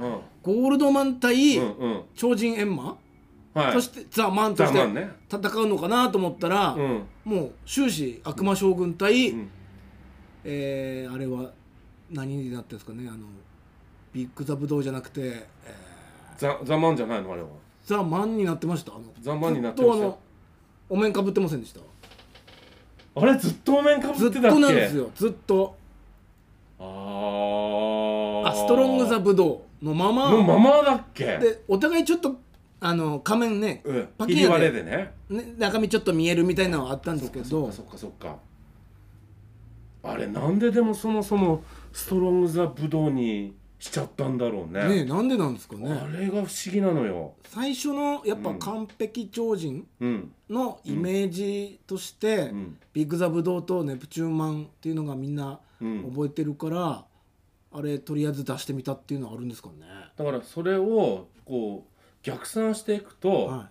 [SPEAKER 1] ゴールドマン対超人エンマ、はい、そしてザ・マンとして戦うのかなと思ったら、うん、もう終始悪魔将軍対、うん、えー、あれは何になってるんですかね、あのビッグザブドウじゃなくて、え
[SPEAKER 5] ー、ザ・ザ・マンじゃないのあれは。
[SPEAKER 1] ザ・マンになってました。あの
[SPEAKER 5] ザ・マンになってました。ずっとあの
[SPEAKER 1] お面かぶってませんでした？
[SPEAKER 5] あれずっとお面かぶってたっけ？ずっと
[SPEAKER 1] なんですよ、ずっと。ああストロング・ザ・ブドウのまま
[SPEAKER 5] のままだっけ？
[SPEAKER 1] でお互いちょっとあの仮面ね、
[SPEAKER 5] うん、パキッででね、
[SPEAKER 1] ね、中身ちょっと見えるみたいなのはあったんですけど、
[SPEAKER 5] そっかそっかそっか。あれなんででもそもそもストロング・ザ・ブドウにしちゃったんだろうね。
[SPEAKER 1] ねえなんでなんですかね。
[SPEAKER 5] あれが不思議なのよ。
[SPEAKER 1] 最初のやっぱ完璧超人のイメージとして、うんうん、ビッグ・ザ・ブドウとネプチューンマンっていうのがみんな覚えてるから、うん、あれとりあえず出してみたっていうのはあるんですかね。
[SPEAKER 5] だからそれをこう逆算していくと、はい、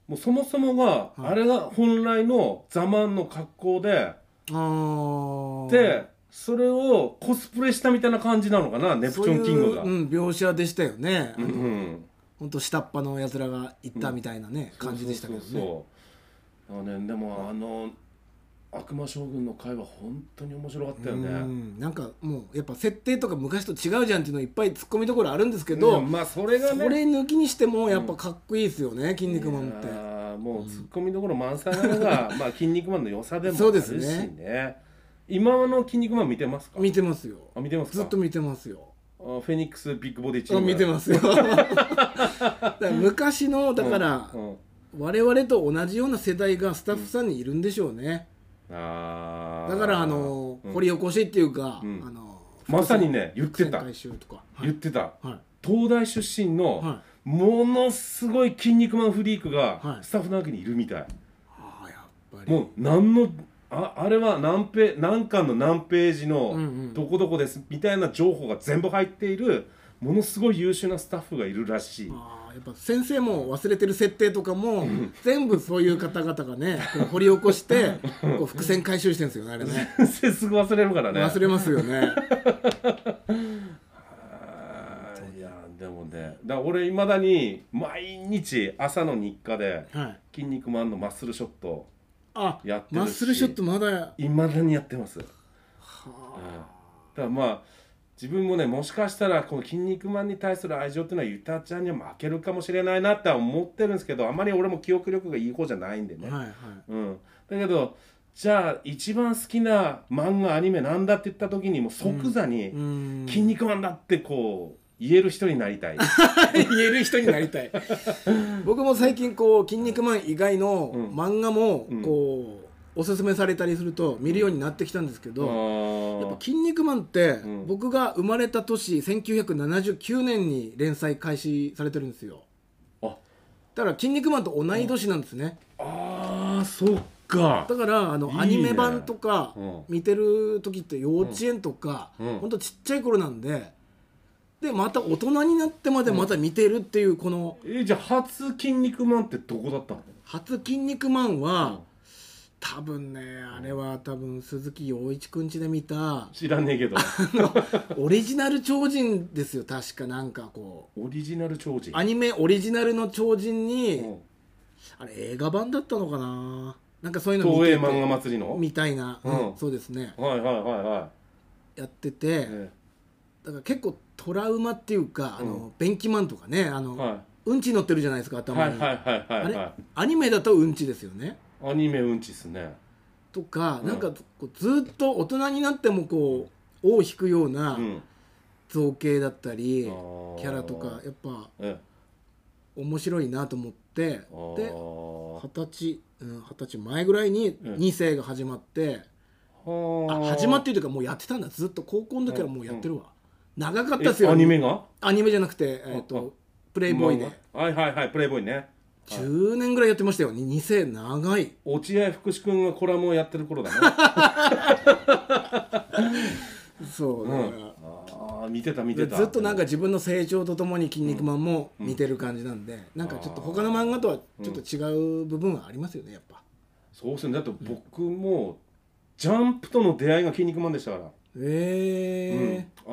[SPEAKER 5] もうそもそもがあれが本来のザマンの格好で、はい、でそれをコスプレしたみたいな感じなのかな、ネプチューンキングが。
[SPEAKER 1] そういう、うん、描写でしたよね。うんうん、ほんと下っ端のやつらが行ったみたいなね、うん、感じでしたけどね。そうそうそう、
[SPEAKER 5] ね、でもあの悪魔将軍の回は本当に面白かったよね。うん、
[SPEAKER 1] なんかもうやっぱ設定とか昔と違うじゃんっていうのいっぱいツッコミどころあるんですけど、
[SPEAKER 5] うん、まあそれがね、
[SPEAKER 1] それ抜きにしてもやっぱかっこいいですよね、うん、筋肉マンって。
[SPEAKER 5] もうツッコミどころ満載なのが、まあ筋肉マンの良さでもあるしね。そうですね。今の筋肉マン見てますか？
[SPEAKER 1] 見てますよ。
[SPEAKER 5] あ、見てますか？
[SPEAKER 1] ずっと見てますよ。
[SPEAKER 5] フェニックスビッグボディチーム。
[SPEAKER 1] 見てますよ。だから昔のだから、うんうん、我々と同じような世代がスタッフさんにいるんでしょうね。うん、あだからあの、うん、掘り起こしっていうか、うん、あの
[SPEAKER 5] まさにね言ってた。
[SPEAKER 1] 回収とか、はい、
[SPEAKER 5] 言ってた、はい。東大出身の、はい、ものすごい筋肉マンフリークがスタッフの中にいるみたい。はい、あやっぱり。もう何のあ, あれは何ペ何巻の何ページのどこどこですみたいな情報が全部入っているものすごい優秀なスタッフがいるらしい。
[SPEAKER 1] あやっぱ先生も忘れてる設定とかも全部そういう方々がねこう掘り起こしてこう伏線回収してるんですよねあれね。
[SPEAKER 5] 先生すぐ忘れるからね。
[SPEAKER 1] 忘れますよね。
[SPEAKER 5] いやでもねだから俺いまだに毎日朝の日課で「筋肉マン」のマッスルショット
[SPEAKER 1] あやってるし、マッスルショットまだ
[SPEAKER 5] いまだにやってます。はあ、うん、だからまあ自分もねもしかしたらこの「筋肉マン」に対する愛情っていうのはゆたちゃんには負けるかもしれないなって思ってるんですけど、あまり俺も記憶力がいい方じゃないんでね、はいはいうん、だけどじゃあ一番好きな漫画アニメなんだって言った時にもう即座に「筋肉マンだ」ってこう言える人になりたい。
[SPEAKER 1] 言える人になりたい。僕も最近こう「筋肉マン」以外の漫画もこう、うん、おすすめされたりすると見るようになってきたんですけど、うん、やっぱ「筋肉マン」って僕が生まれた年せんきゅうひゃくななじゅうきゅうねんに連載開始されてるんですよ。あだから「筋肉マン」と同い年なんですね。
[SPEAKER 5] ああそっか。
[SPEAKER 1] だからあのいい、ね、アニメ版とか見てる時って幼稚園とか、うん、ほんとちっちゃい頃なんで。でまた大人になってまでまた見てるっていうこの、
[SPEAKER 5] うん、えじゃあ初筋肉マンってどこだったの？
[SPEAKER 1] 初筋肉マンは、うん、多分ねあれは多分鈴木陽一くんちで見た
[SPEAKER 5] 知らねえけど
[SPEAKER 1] オリジナル超人ですよ確か。なんかこ
[SPEAKER 5] うオリジナル超人
[SPEAKER 1] アニメオリジナルの超人に、うん、あれ映画版だったのかな、なんかそういうの
[SPEAKER 5] 見てて東映漫画祭りの
[SPEAKER 1] みたいな、うんうん、そうですね
[SPEAKER 5] はいはいはいはい
[SPEAKER 1] やってて、ええだから結構トラウマっていうか、うん、あのベンキマンとかねあの、はい、うんち乗ってるじゃないですか頭に。はいはいはいはい、はい、あれアニメだとうんちですよね。
[SPEAKER 5] アニメうんちですね。
[SPEAKER 1] とか、うん、なんかこうずっと大人になってもこう尾を引くような造形だったり、うん、キャラとかやっぱ面白いなと思ってで二十歳二十歳前ぐらいにに世が始まって、うん、あ始まっていうかもうやってたんだ。ずっと高校の時からもうやってるわ。うん長かったですよ。
[SPEAKER 5] アニメが？
[SPEAKER 1] アニメじゃなくて、えー、とプレイボーイで。
[SPEAKER 5] はいはいはいプレイボーイね。
[SPEAKER 1] じゅうねんぐらいやってましたよ。に世長い。
[SPEAKER 5] 落合福士くんがコラムをやってる頃だね。
[SPEAKER 1] そうだから、うん、
[SPEAKER 5] ああ見てた見てた。
[SPEAKER 1] ずっとなんか自分の成長とともに筋肉マンも見てる感じなんで、うん、なんかちょっと他の漫画とはちょっと違う部分はありますよねやっぱ。
[SPEAKER 5] そうですね。だって僕もジャンプとの出会いが筋肉マンでしたから。
[SPEAKER 1] えー
[SPEAKER 5] うん、あの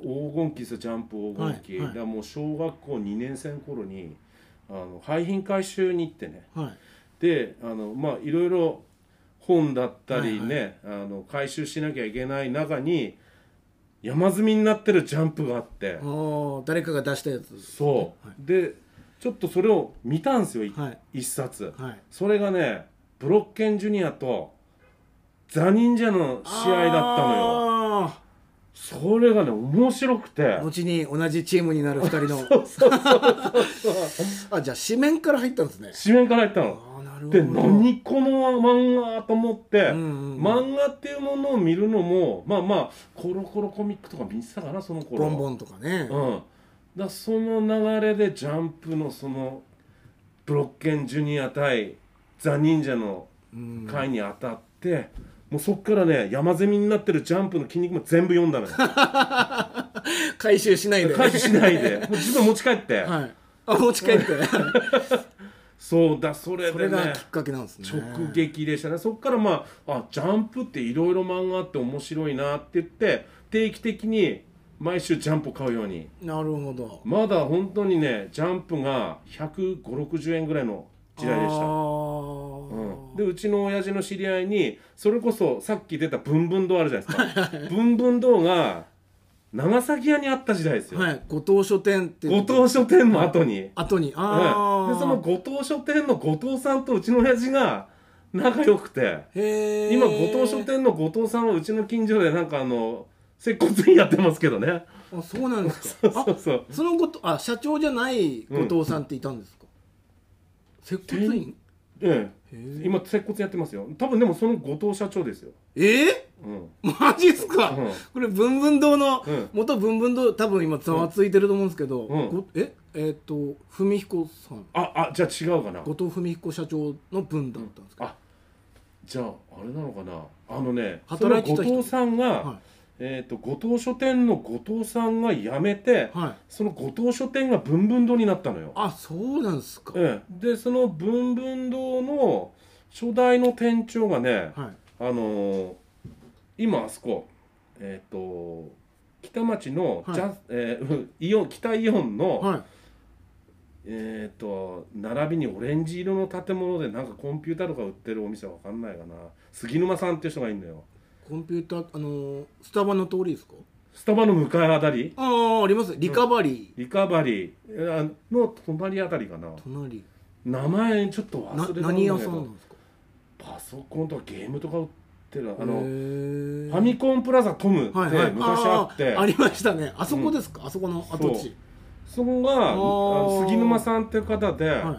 [SPEAKER 5] 黄金期ですよ、ジャンプ黄金期、はいはい、だからもう小学校にねん生の頃にあの廃品回収に行ってね、はい、であのまあいろいろ本だったりね、はいはい、あの回収しなきゃいけない中に山積みになってるジャンプがあって、
[SPEAKER 1] 誰かが出したやつ、
[SPEAKER 5] そう、はい、でちょっとそれを見たんですよ、はい、一冊、はい、それがねブロッケンジュニアとザ・忍者の試合だったのよ。それがね面白くて、
[SPEAKER 1] 後に同じチームになるふたりの
[SPEAKER 5] そうそうそうそう
[SPEAKER 1] あ、じゃあ紙面から入ったんですね。
[SPEAKER 5] 紙面から入ったの。で、何この漫画と思って、うんうんうん、漫画っていうものを見るのもまあまあコロコロコミックとか見てたかな、その頃。
[SPEAKER 1] ボンボンとかね、
[SPEAKER 5] うん、だその流れでジャンプのそのブロッケンジュニア対ザ・忍者の回に当たって、うん、もうそっからね山積みになってるジャンプの筋肉も全部読んだのよ
[SPEAKER 1] 回収しないで
[SPEAKER 5] 回収しないでもう自分持ち帰って、
[SPEAKER 1] はい、あ持ち帰って
[SPEAKER 5] そうだ、それでね、
[SPEAKER 1] それがきっかけなんですね。
[SPEAKER 5] 直撃でしたね。そっからまあ、あジャンプっていろいろ漫画あって面白いなって言って定期的に毎週ジャンプを買うように。
[SPEAKER 1] なるほど。
[SPEAKER 5] まだ本当にねジャンプがひゃくごじゅう、ろくじゅうえんぐらいの時代でした。うん、でうちの親父の知り合いにそれこそさっき出たブンブン堂あるじゃないですかブンブン堂が長崎屋にあった時代ですよ。
[SPEAKER 1] はい、後藤書店って
[SPEAKER 5] 後藤書店の後に、
[SPEAKER 1] 後に、あ、
[SPEAKER 5] うん、でその後藤書店の後藤さんとうちの親父が仲良くて、
[SPEAKER 1] へ
[SPEAKER 5] 今後藤書店の後藤さんはうちの近所でなんかあの接骨院やってますけどね。
[SPEAKER 1] あ、そうなんですか。そうそうそう。その後あ社長じゃない後藤さんっていたんですか、うん、接骨院。
[SPEAKER 5] ええ、今接骨やってますよ。多分でもその後藤社長ですよ。
[SPEAKER 1] えーうん、マジっすか、うん、これ文文堂の、うん、元文文堂多分今ざわついてると思うんですけど、うん、ええー、っと文彦さん、
[SPEAKER 5] ああじゃあ違うかな、
[SPEAKER 1] 後藤文彦社長の分だったんですか、
[SPEAKER 5] うん、あじゃああれなのかな、あのね働いてた人、後藤さんが、はい、えー、っと後藤書店の後藤さんが辞めて、はい、その後藤書店が文文堂になったのよ。
[SPEAKER 1] あ、そうなんですか、
[SPEAKER 5] ええ、でその文文堂の初代の店長がね、はい、あのー今あそこ、えー、と北町のジャ、はい、えー、イオン北イオンの、はい、えー、と並びにオレンジ色の建物でなんかコンピューターとか売ってるお店わかんないかな、杉沼さんっていう人がいるんだよ。
[SPEAKER 1] コンピューター、あのー、スタバの通りですか。
[SPEAKER 5] スタバの向かいあたり、
[SPEAKER 1] あああります、リカバリ
[SPEAKER 5] ー、うん、リカバリーの隣あたりかな。
[SPEAKER 1] 隣
[SPEAKER 5] 名前ちょっと忘れたんだけど、
[SPEAKER 1] 何屋さんなんですか。
[SPEAKER 5] パソコンとかゲームとか売ってあのファミコンプラザトムって昔あって、はいはい、あ,
[SPEAKER 1] ありましたね。あそこですか、うん、あそこの跡地。
[SPEAKER 5] そこが杉沼さんっていう方で、はい、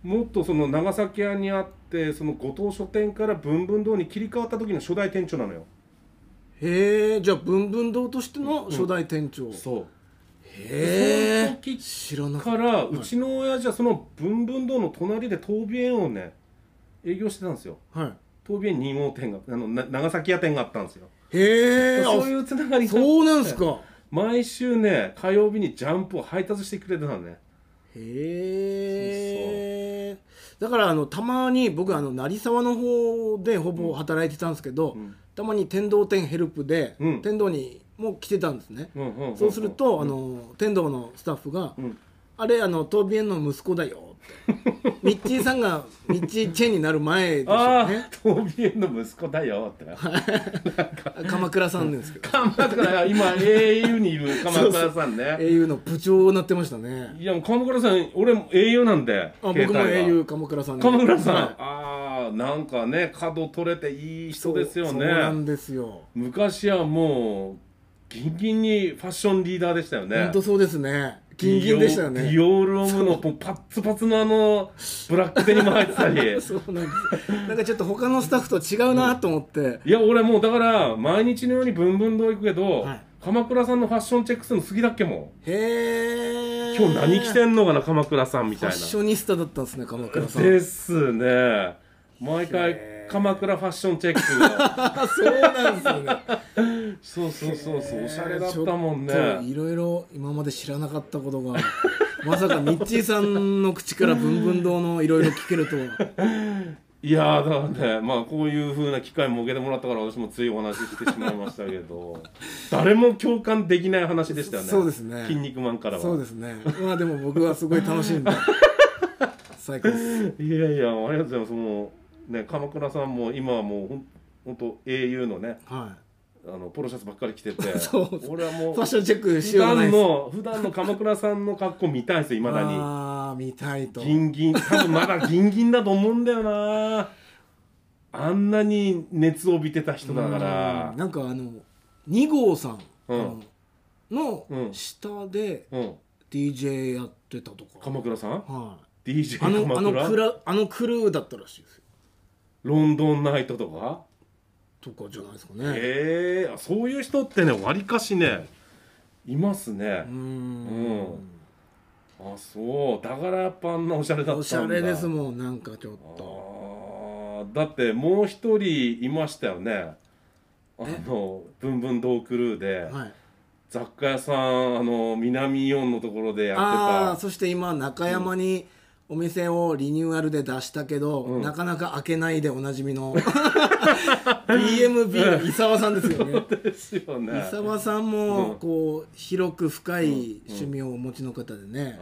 [SPEAKER 5] もっとその長崎屋にあってその後藤書店から文文堂に切り替わった時の初代店長なのよ。
[SPEAKER 1] へえ、じゃあ文文堂としての初代店長、うん、そう。へえ、その時知らなかった
[SPEAKER 5] からうちの親父はその文文堂の隣で東美園をね営業してたんですよ。はい、東美園に号店があの長崎屋店があったんですよ。
[SPEAKER 1] へえ、
[SPEAKER 5] そういうつながりが
[SPEAKER 1] そうなんですか。
[SPEAKER 5] 毎週ね火曜日にジャンプを配達してくれてたのね。
[SPEAKER 1] へえ。だからあのたまに僕あの成沢の方でほぼ働いてたんですけど、うん、たまに天童店ヘルプで、うん、天童にも来てたんですね、うんうんうんうん、そうすると、うん、あの天童のスタッフが、うん、あれあの東美園の息子だよってミッチーさんがミッチーチェンになる前ですよね。
[SPEAKER 5] 東美園の息子だよって
[SPEAKER 1] 鎌倉さんですけど
[SPEAKER 5] 鎌倉今 エーユー にいる鎌倉さんね。
[SPEAKER 1] そうそう エーユー の部長になってましたね。
[SPEAKER 5] いや鎌倉さん俺も エーユー なんで、
[SPEAKER 1] あ僕も エーユー 鎌倉さん
[SPEAKER 5] 鎌倉さん、はい、ああなんかね角取れていい人ですよね。
[SPEAKER 1] そう、そうなんですよ。
[SPEAKER 5] 昔はもうギンギンにファッションリーダーでしたよね。
[SPEAKER 1] 本当そうですね。ギンギンでしたよね。
[SPEAKER 5] ディオールオムのパッツパツのあのブラックデニム入ってたり
[SPEAKER 1] そうなんです。なんかちょっと他のスタッフと違うなと思って、うん、
[SPEAKER 5] いや俺もうだから毎日のようにブンブン堂行くけど、はい、鎌倉さんのファッションチェックするの好きだっけもん。
[SPEAKER 1] へえ。
[SPEAKER 5] 今日何着てんのかな鎌倉さんみたいな。
[SPEAKER 1] ファッショニスタだったんですね鎌倉さん。
[SPEAKER 5] ですね。毎回鎌倉ファッションチェックが
[SPEAKER 1] そうなんですよね。
[SPEAKER 5] そうそうそうそう、おしゃれだったもんね。
[SPEAKER 1] いろいろ今まで知らなかったことがまさかミッチーさんの口から文文堂のいろいろ聞けるとは。
[SPEAKER 5] いやーだからね、まあこういう風な機会も受けてもらったから私もついお話ししてしまいましたけど誰も共感できない話でしたよね。
[SPEAKER 1] そうですね。
[SPEAKER 5] 筋肉マンからは。
[SPEAKER 1] そうですね。まあでも僕はすごい楽しんで最高です。
[SPEAKER 5] いやいやありがとうございます。もうね鎌倉さんも今はもうほんほんと英雄のね、はい、あのポロシャツばっかり着てて
[SPEAKER 1] そう
[SPEAKER 5] 俺はもう
[SPEAKER 1] ファッションチェックしようがないです。
[SPEAKER 5] 普段の普段の鎌倉さんの格好見たいんですよ。未だに
[SPEAKER 1] ああ見たいと。
[SPEAKER 5] ギンギン多分まだギンギンだと思うんだよな。あんなに熱を帯びてた人だから。
[SPEAKER 1] なんかあのに号さん、うん、の下で ディージェー やってたとか。
[SPEAKER 5] 鎌倉さん、
[SPEAKER 1] はい、
[SPEAKER 5] ディージェー 鎌倉
[SPEAKER 1] あの、あのクラあのクルーだったらしいですよ。
[SPEAKER 5] ロンドンナイトとか
[SPEAKER 1] とかじゃないですかね。
[SPEAKER 5] へえー、そういう人ってねわりかしねいますね。うん、うん、あそうだからやっぱあんなおしゃれだったんだ。
[SPEAKER 1] おしゃれですもん。なんかちょっと
[SPEAKER 5] だってもう一人いましたよね。あのブンブンドークルーで、はい、雑貨屋さんあの南イオンのところでやってた。
[SPEAKER 1] あそして今中山にお店をリニューアルで出したけど、うん、なかなか開けないでおなじみの ビーエムビー の伊沢さんですよね。
[SPEAKER 5] ですよね。
[SPEAKER 1] 伊沢さんもこう、うん、広く深い趣味をお持ちの方でね、うん、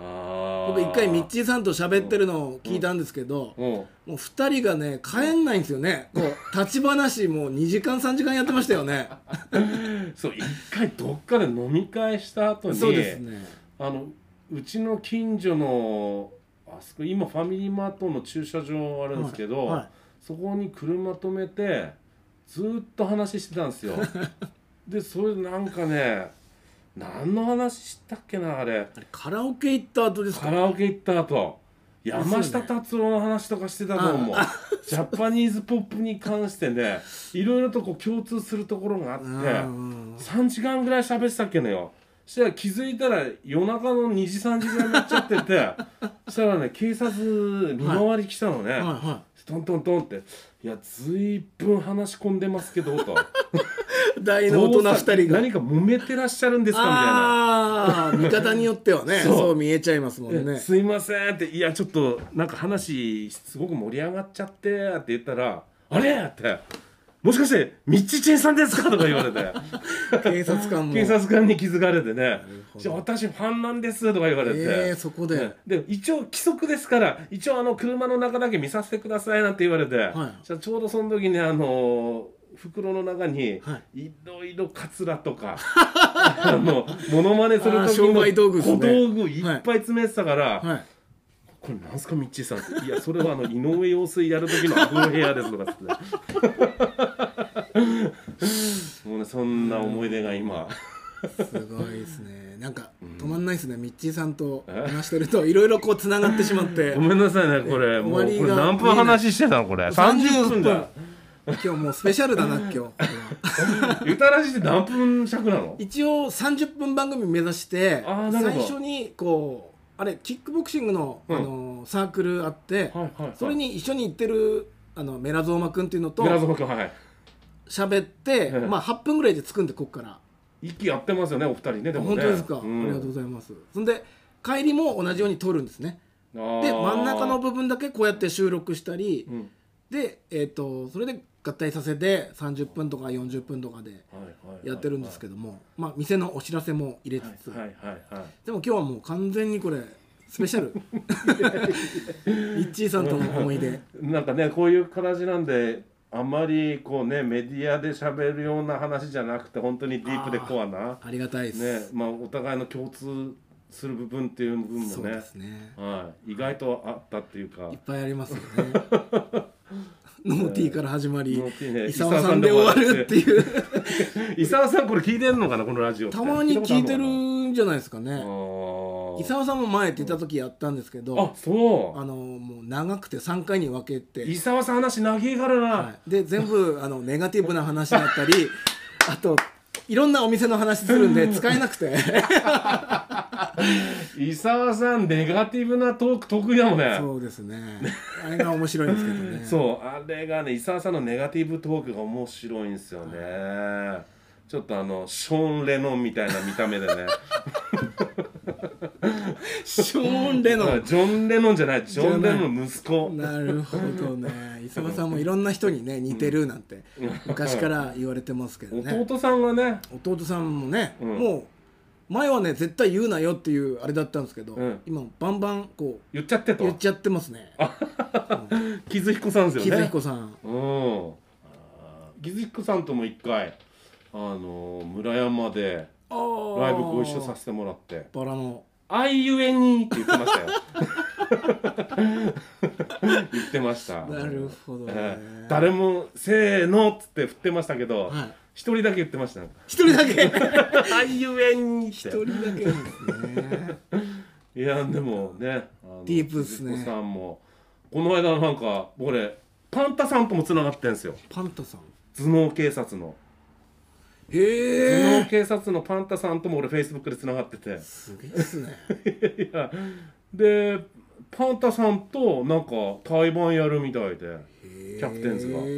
[SPEAKER 1] 僕一回ミッチーさんと喋ってるのを聞いたんですけど、うんうん、もうふたりがね帰んないんですよね。こう立ち話もうにじかんさんじかんやってましたよね。
[SPEAKER 5] そう一回どっかで飲み会した後に
[SPEAKER 1] そうですね。
[SPEAKER 5] あのうちの近所のあそこ今ファミリーマートの駐車場あるんですけど、はいはい、そこに車止めてずっと話してたんですよ。でそれなんかね何の話したっけなあれ。あれ
[SPEAKER 1] カラオケ行った後ですか。
[SPEAKER 5] カラオケ行った後山下達郎の話とかしてたと思う。ジャパニーズポップに関してねいろいろとこう共通するところがあってさんじかんぐらい喋ってたっけのよ。そしたら気づいたら夜中のにじさんじぐらいになっちゃっててそしたらね警察見回り来たのね、はいはいはい、トントントンって「いやずいぶん話し込んでますけど」と
[SPEAKER 1] 大の大人ふたりが
[SPEAKER 5] 何か揉めてらっしゃるんですかみたいな。
[SPEAKER 1] あ見方によってはねそう、そう見えちゃいますもんね。
[SPEAKER 5] すいませんって「いやちょっとなんか話すごく盛り上がっちゃって」って言ったら「あれ?」ってもしかしてミッチチェンさんですかとか言われて
[SPEAKER 1] 警察官も
[SPEAKER 5] 警察官に気づかれてねじゃあ私ファンなんですとか言われて、
[SPEAKER 1] えー、そこで、
[SPEAKER 5] ね、で一応規則ですから一応あの車の中だけ見させてくださいなんて言われて、はい、じゃあちょうどその時にあの袋の中にいろいろカツラとか、はい、あのモノマネする時の小道具いっぱい詰めてたから、はいはいこれなんすかミッチーさんっていやそれはあの井上陽水やる時のアフロヘアですとかってもうねそんな思い出が今
[SPEAKER 1] すごいですね。なんか止まんないですね、うん、ミッチーさんと話してるといろいろこうつながってしまって
[SPEAKER 5] ごめんなさいねこれもうこれ何分話してたのこれさんじゅっぷんだ。
[SPEAKER 1] 今日もうスペシャルだな今日
[SPEAKER 5] ゆたらじって何分尺なの。
[SPEAKER 1] 一応さんじゅっぷん番組目指して最初にこうあれキックボクシング の,、うん、あのサークルあって、はいはいはい、それに一緒に行ってるあのメラゾーマくんっていうのと
[SPEAKER 5] メラゾーマくんはい
[SPEAKER 1] 喋って、はい、まあはっぷんぐらいで着くんでこっから
[SPEAKER 5] 息やってますよねお二人ね。でもね
[SPEAKER 1] 本当ですか、うん、ありがとうございます。そんで帰りも同じように撮るんですね。で真ん中の部分だけこうやって収録したり、うん、で、えー、とそれで合体させてさんじゅっぷんとかよんじゅっぷんとかでやってるんですけども、まあ店のお知らせも入れつつ、はいはいはいはい、でも今日はもう完全にこれスペシャルミッチーさんとの思い出
[SPEAKER 5] なんかねこういう形なんであんまりこうねメディアで喋るような話じゃなくて本当にディープでコアな
[SPEAKER 1] あ, ありがたいです
[SPEAKER 5] ね。まあお互いの共通する部分っていう部分もね、そうですね、はい、意外とあったっていうか
[SPEAKER 1] いっぱいありますよねノーティーから始まり、伊沢さんで終わるっていう
[SPEAKER 5] 伊沢さんこれ聞いてるのかなこのラジオって。
[SPEAKER 1] たまに聞いてるんじゃないですかね。伊沢さんも前って言った時やったんですけど、
[SPEAKER 5] あそう
[SPEAKER 1] あのもう長くてさんかいに分けて
[SPEAKER 5] 伊沢さん話長いからな、は
[SPEAKER 1] い、で全部あのネガティブな話だったりあといろんなお店の話するんで使えなくて
[SPEAKER 5] 伊沢さんネガティブなトーク得意だもんね。
[SPEAKER 1] そうですねあれが面白いんですけどね
[SPEAKER 5] そうあれがね伊沢さんのネガティブトークが面白いんですよね、はい、ちょっとあのショーン・レノンみたいな見た目でね
[SPEAKER 1] ショーン・レノン。
[SPEAKER 5] ジョン・レノンじゃない、ジョン・レノンの息子。
[SPEAKER 1] なるほどね。磯間さんもいろんな人にね似てるなんて昔から言われてますけどね。
[SPEAKER 5] 弟さんがね、
[SPEAKER 1] 弟さんもね、うん、もう前はね絶対言うなよっていうあれだったんですけど、うん、今バンバンこう
[SPEAKER 5] 言っちゃってと
[SPEAKER 1] 言っちゃってますね。
[SPEAKER 5] 木津彦さんですよね。
[SPEAKER 1] 木津彦さん。
[SPEAKER 5] うん。木津彦さんとも一回あの村山でライブご一緒させてもらって。
[SPEAKER 1] バラの。
[SPEAKER 5] あいゆえにって言ってましたよ。言ってました。
[SPEAKER 1] なるほどね、え
[SPEAKER 5] ー、誰もせーのっつって振ってましたけど、はい、一人だけ言ってました。
[SPEAKER 1] 一人だけ
[SPEAKER 5] あいゆえにって
[SPEAKER 1] 一人だけですね。
[SPEAKER 5] いやでもね、
[SPEAKER 1] ディープっすね。
[SPEAKER 5] さんもこの間なんか俺パンタさんともつながってんですよ。
[SPEAKER 1] パンタさん、
[SPEAKER 5] 頭脳警察の。
[SPEAKER 1] へえ。
[SPEAKER 5] 頭脳警察のパンタさんとも俺フェイスブックでつながってて。
[SPEAKER 1] すげえっすね。
[SPEAKER 5] いやでパンタさんとなんか対バンやるみたいで、キャプテンズが、うん、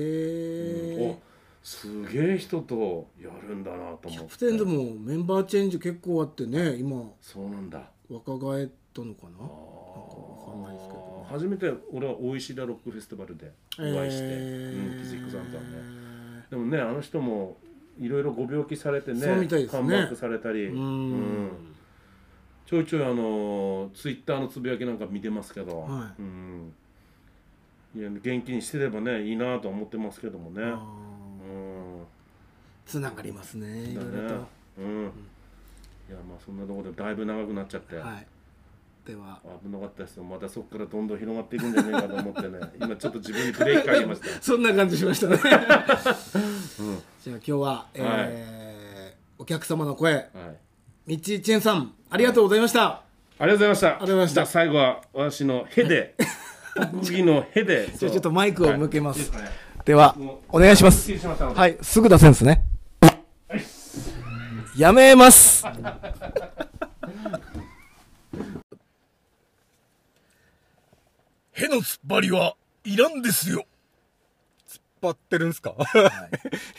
[SPEAKER 5] おすげえ人とやるんだなと思って。
[SPEAKER 1] キャプテンズもメンバーチェンジ結構あってね、今
[SPEAKER 5] そうなんだ、
[SPEAKER 1] 若返ったのかな、なんかわかんないですけど、ね、
[SPEAKER 5] 初めて俺は大石田ロックフェスティバルでお会いして、えー、うん、キズイクさんとはね。でもね、あの人もいろいろご病気されてね、
[SPEAKER 1] そうみたいですね、
[SPEAKER 5] カムバックされたり、うん、うん、ちょいちょいあのツイッターのつぶやきなんか見てますけど、はい、うん、いや元気にしてればねいいなと思ってますけどもね。うん、
[SPEAKER 1] つながりますね、いろいろと。うん、いや
[SPEAKER 5] まあそんなところでだいぶ長くなっちゃって、はい、では危なかったですよ。またそこからどんどん広がっていくんじゃないかと思ってね今ちょっと自分にブレーキかけました。
[SPEAKER 1] そんな感じしましたね、うん、じゃあ今日は、えーはい、お客様の声、はい、ミッチーチェンさんありがとうございました、はい、
[SPEAKER 5] ありがとうございました。
[SPEAKER 1] ありがとうございました。
[SPEAKER 5] じゃあ最後は私のヘで次のヘで
[SPEAKER 1] じゃあちょっとマイクを向けます、はい、ではお願いします。はい、すぐ出せんですね、はい、やめますへの突っ張りはいらんですよ。
[SPEAKER 2] 突っ張ってるんすか、
[SPEAKER 1] はい、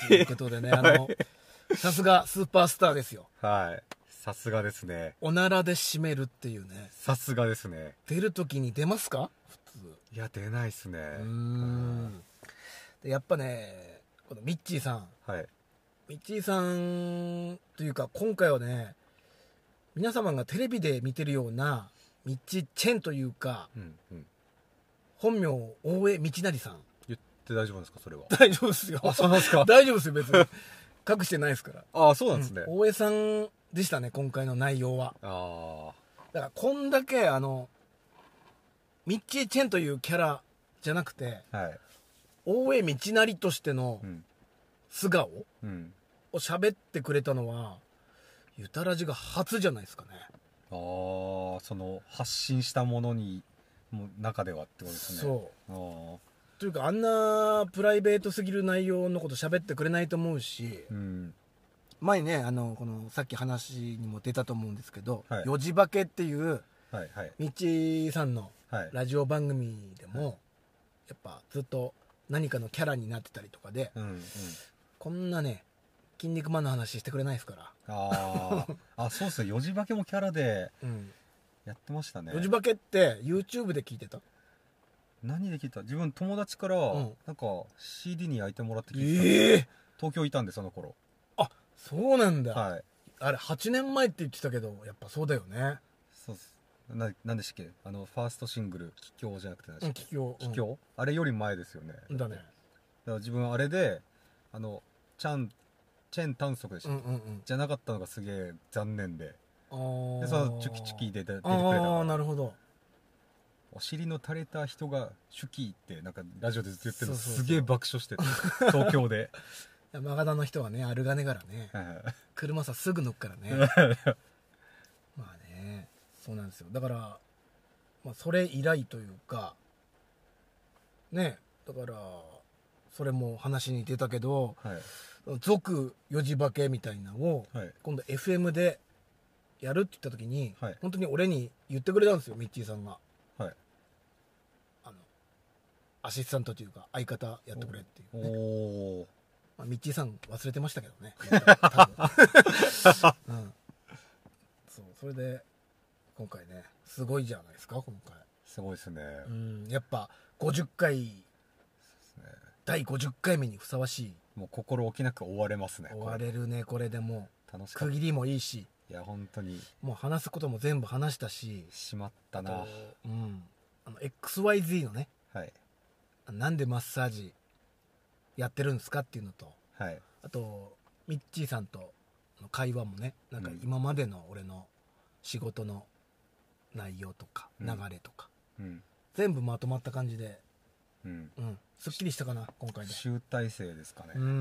[SPEAKER 1] ということでね、あのさすがスーパースターですよ。
[SPEAKER 2] はい、さすがですね。
[SPEAKER 1] おならで締めるっていうね。
[SPEAKER 2] さすがですね。
[SPEAKER 1] 出るときに出ますか普通。
[SPEAKER 2] いや出ないっすね。うー
[SPEAKER 1] んでやっぱね、このミッチーさん、はい、ミッチーさんというか今回はね、皆様がテレビで見てるようなミッチーチェンというか、うんうん、本名大江道成さん。
[SPEAKER 2] 言って大丈夫ですかそれは。
[SPEAKER 1] 大丈夫ですよ。
[SPEAKER 2] あ、そうなんですか。
[SPEAKER 1] 大丈夫ですよ別に隠してないですから。
[SPEAKER 2] ああそうなんですね、
[SPEAKER 1] うん、大江さんでしたね今回の内容は。あだからこんだけあのミッチーチェンというキャラじゃなくて、はい、大江道成としての素顔を喋ってくれたのは、ゆたらじが初じゃないですかね。
[SPEAKER 2] ああその発信したものにも中ではってことですね。
[SPEAKER 1] そうあというかあんなプライベートすぎる内容のこと喋ってくれないと思うし、うん、前ねあのこのさっき話にも出たと思うんですけど、はい、よじばけっていう、はいはい、みちさんのラジオ番組でも、はい、やっぱずっと何かのキャラになってたりとかで、うんうん、こんなね筋肉マンの話してくれないですから。
[SPEAKER 2] ああそうっすね、よじばけもキャラでやってましたね。
[SPEAKER 1] よじばけって YouTube で聞いてた？
[SPEAKER 2] 何で聞いた？自分友達から、うん、なんか シーディー に焼いてもらって聞いてた、
[SPEAKER 1] えー、
[SPEAKER 2] 東京いたんでその頃。
[SPEAKER 1] あそうなんだ、
[SPEAKER 2] はい、
[SPEAKER 1] あれはちねんまえって言ってたけどやっぱそうだよね。
[SPEAKER 2] そうっす。ななんでしたっけ、あのファーストシングル「帰郷」じゃなくて何でしたっけ、
[SPEAKER 1] うん、帰郷、
[SPEAKER 2] うん、あれより前ですよね。
[SPEAKER 1] だね。だ
[SPEAKER 2] から自分あれであのチャンチェン短足でした、うんうんうん、じゃなかったのがすげえ残念で、あでそのチュキチキで出てくれたから。
[SPEAKER 1] ああなるほど。
[SPEAKER 2] お尻の垂れた人がシュキってなんかラジオでずっと言ってるのすげえ爆笑してて東京で
[SPEAKER 1] 山形の人はねあるがねからね車さすぐ乗っからねまあねそうなんですよ。だから、まあ、それ以来というかね、だからそれも話に出たけど、はい、続よじばけみたいなのを、はい、今度 エフエム でやるって言った時に、はい、本当に俺に言ってくれたんですよミッチーさんが。はい、あのアシスタントというか相方やってくれっていうね。お、まあ、ミッチーさん忘れてましたけどね多分、うん、そうそれで今回ねすごいじゃないですか。今回
[SPEAKER 2] すごいですね。
[SPEAKER 1] うん、やっぱごじゅっかい、ね、だいごじゅっかいめにふさわしい。
[SPEAKER 2] もう心置きなく終われますね。
[SPEAKER 1] 終われるね。これでもう
[SPEAKER 2] 楽しかった。
[SPEAKER 1] 区切りもいいし、
[SPEAKER 2] いや本当に
[SPEAKER 1] もう話すことも全部話したし、
[SPEAKER 2] しまったな。
[SPEAKER 1] うん、あの エックスワイゼット のね、
[SPEAKER 2] はい、
[SPEAKER 1] なんでマッサージやってるんですかっていうのと、
[SPEAKER 2] はい、
[SPEAKER 1] あとミッチーさんとの会話もね、なんか今までの俺の仕事の内容とか流れとか、
[SPEAKER 2] うん、
[SPEAKER 1] 全部まとまった感じで、
[SPEAKER 2] うん
[SPEAKER 1] うん、すっきりしたかな今回で。
[SPEAKER 2] 集大成ですかね。
[SPEAKER 1] うん、うん、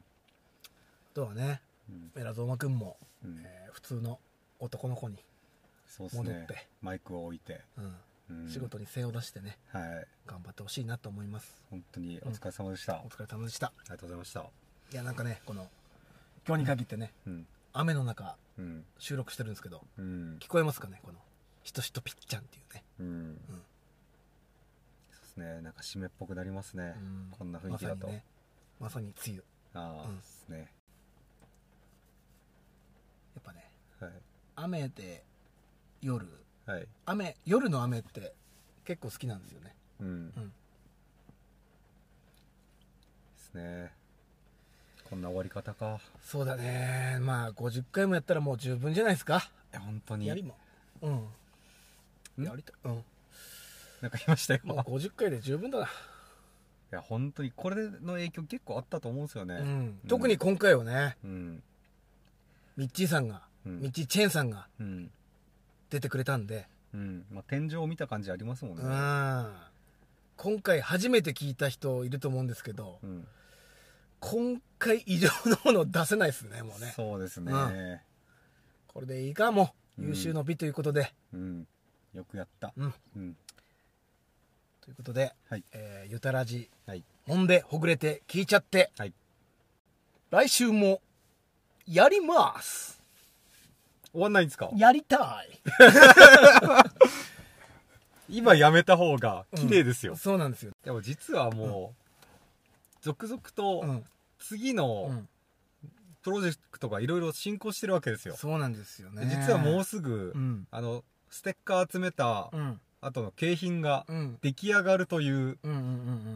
[SPEAKER 1] あとはね、うん、メラゾーマくんも、うんえー、普通の男の子に戻って、ね、
[SPEAKER 2] マイクを置いて、
[SPEAKER 1] うんうん、仕事に精を出してね、はい、頑張ってほしいなと思います。
[SPEAKER 2] 本当にお疲れ様でした、
[SPEAKER 1] うん、お疲れ様でした。あ
[SPEAKER 2] りがとうございました。
[SPEAKER 1] いやなんかねこの今日に限ってね、うん、雨の中、うん、収録してるんですけど、うん、聞こえますかねこのひとひとぴっちゃんっていうね、うんうん、そう
[SPEAKER 2] ですね。なんか湿っぽくなりますね、うん、こんな雰囲気だと。
[SPEAKER 1] まさに、ね、まさに梅雨。
[SPEAKER 2] ああ、うん、ですね。
[SPEAKER 1] やっぱね、
[SPEAKER 2] はい、
[SPEAKER 1] 雨で夜、
[SPEAKER 2] はい、
[SPEAKER 1] 雨夜の雨って結構好きなんですよね。うん、うん、
[SPEAKER 2] ですね。こんな終わり方か。
[SPEAKER 1] そうだね。まあごじゅっかいもやったらもう十分じゃないですか。
[SPEAKER 2] いや本当に
[SPEAKER 1] やりもうんやりたうん
[SPEAKER 2] なんか言いましたよ。
[SPEAKER 1] もうごじゅっかいで十分だな。い
[SPEAKER 2] や本当にこれの影響結構あったと思うんですよね、うん、
[SPEAKER 1] 特に今回はね、
[SPEAKER 2] うん、
[SPEAKER 1] ミッチーさんが、うん、ミッチーチェーンさんが出てくれたんで、
[SPEAKER 2] うんまあ、天井を見た感じありますもんね。
[SPEAKER 1] うん今回初めて聞いた人いると思うんですけど、うん、今回以上のもの出せないですねもうね。
[SPEAKER 2] そうですね、うん、
[SPEAKER 1] これでいいかも優秀の美ということで、
[SPEAKER 2] うんうん、よくやった、うんうん、
[SPEAKER 1] ということで、
[SPEAKER 2] はい
[SPEAKER 1] えー、ゆたらじ、
[SPEAKER 2] はい、
[SPEAKER 1] 揉んでほぐれて聞いちゃって、
[SPEAKER 2] はい、
[SPEAKER 1] 来週もやります。
[SPEAKER 2] 終わんないんですか？
[SPEAKER 1] やりたい
[SPEAKER 2] 今やめた方が綺麗ですよ、
[SPEAKER 1] うん、そうなんですよ。
[SPEAKER 2] でも実はもう、うん、続々と次のプロジェクトがいろいろ進行してるわけですよ。
[SPEAKER 1] そうなんですよね。
[SPEAKER 2] 実はもうすぐ、うん、あのステッカー集めた後の景品が出来上がるという、うんうんうんうん、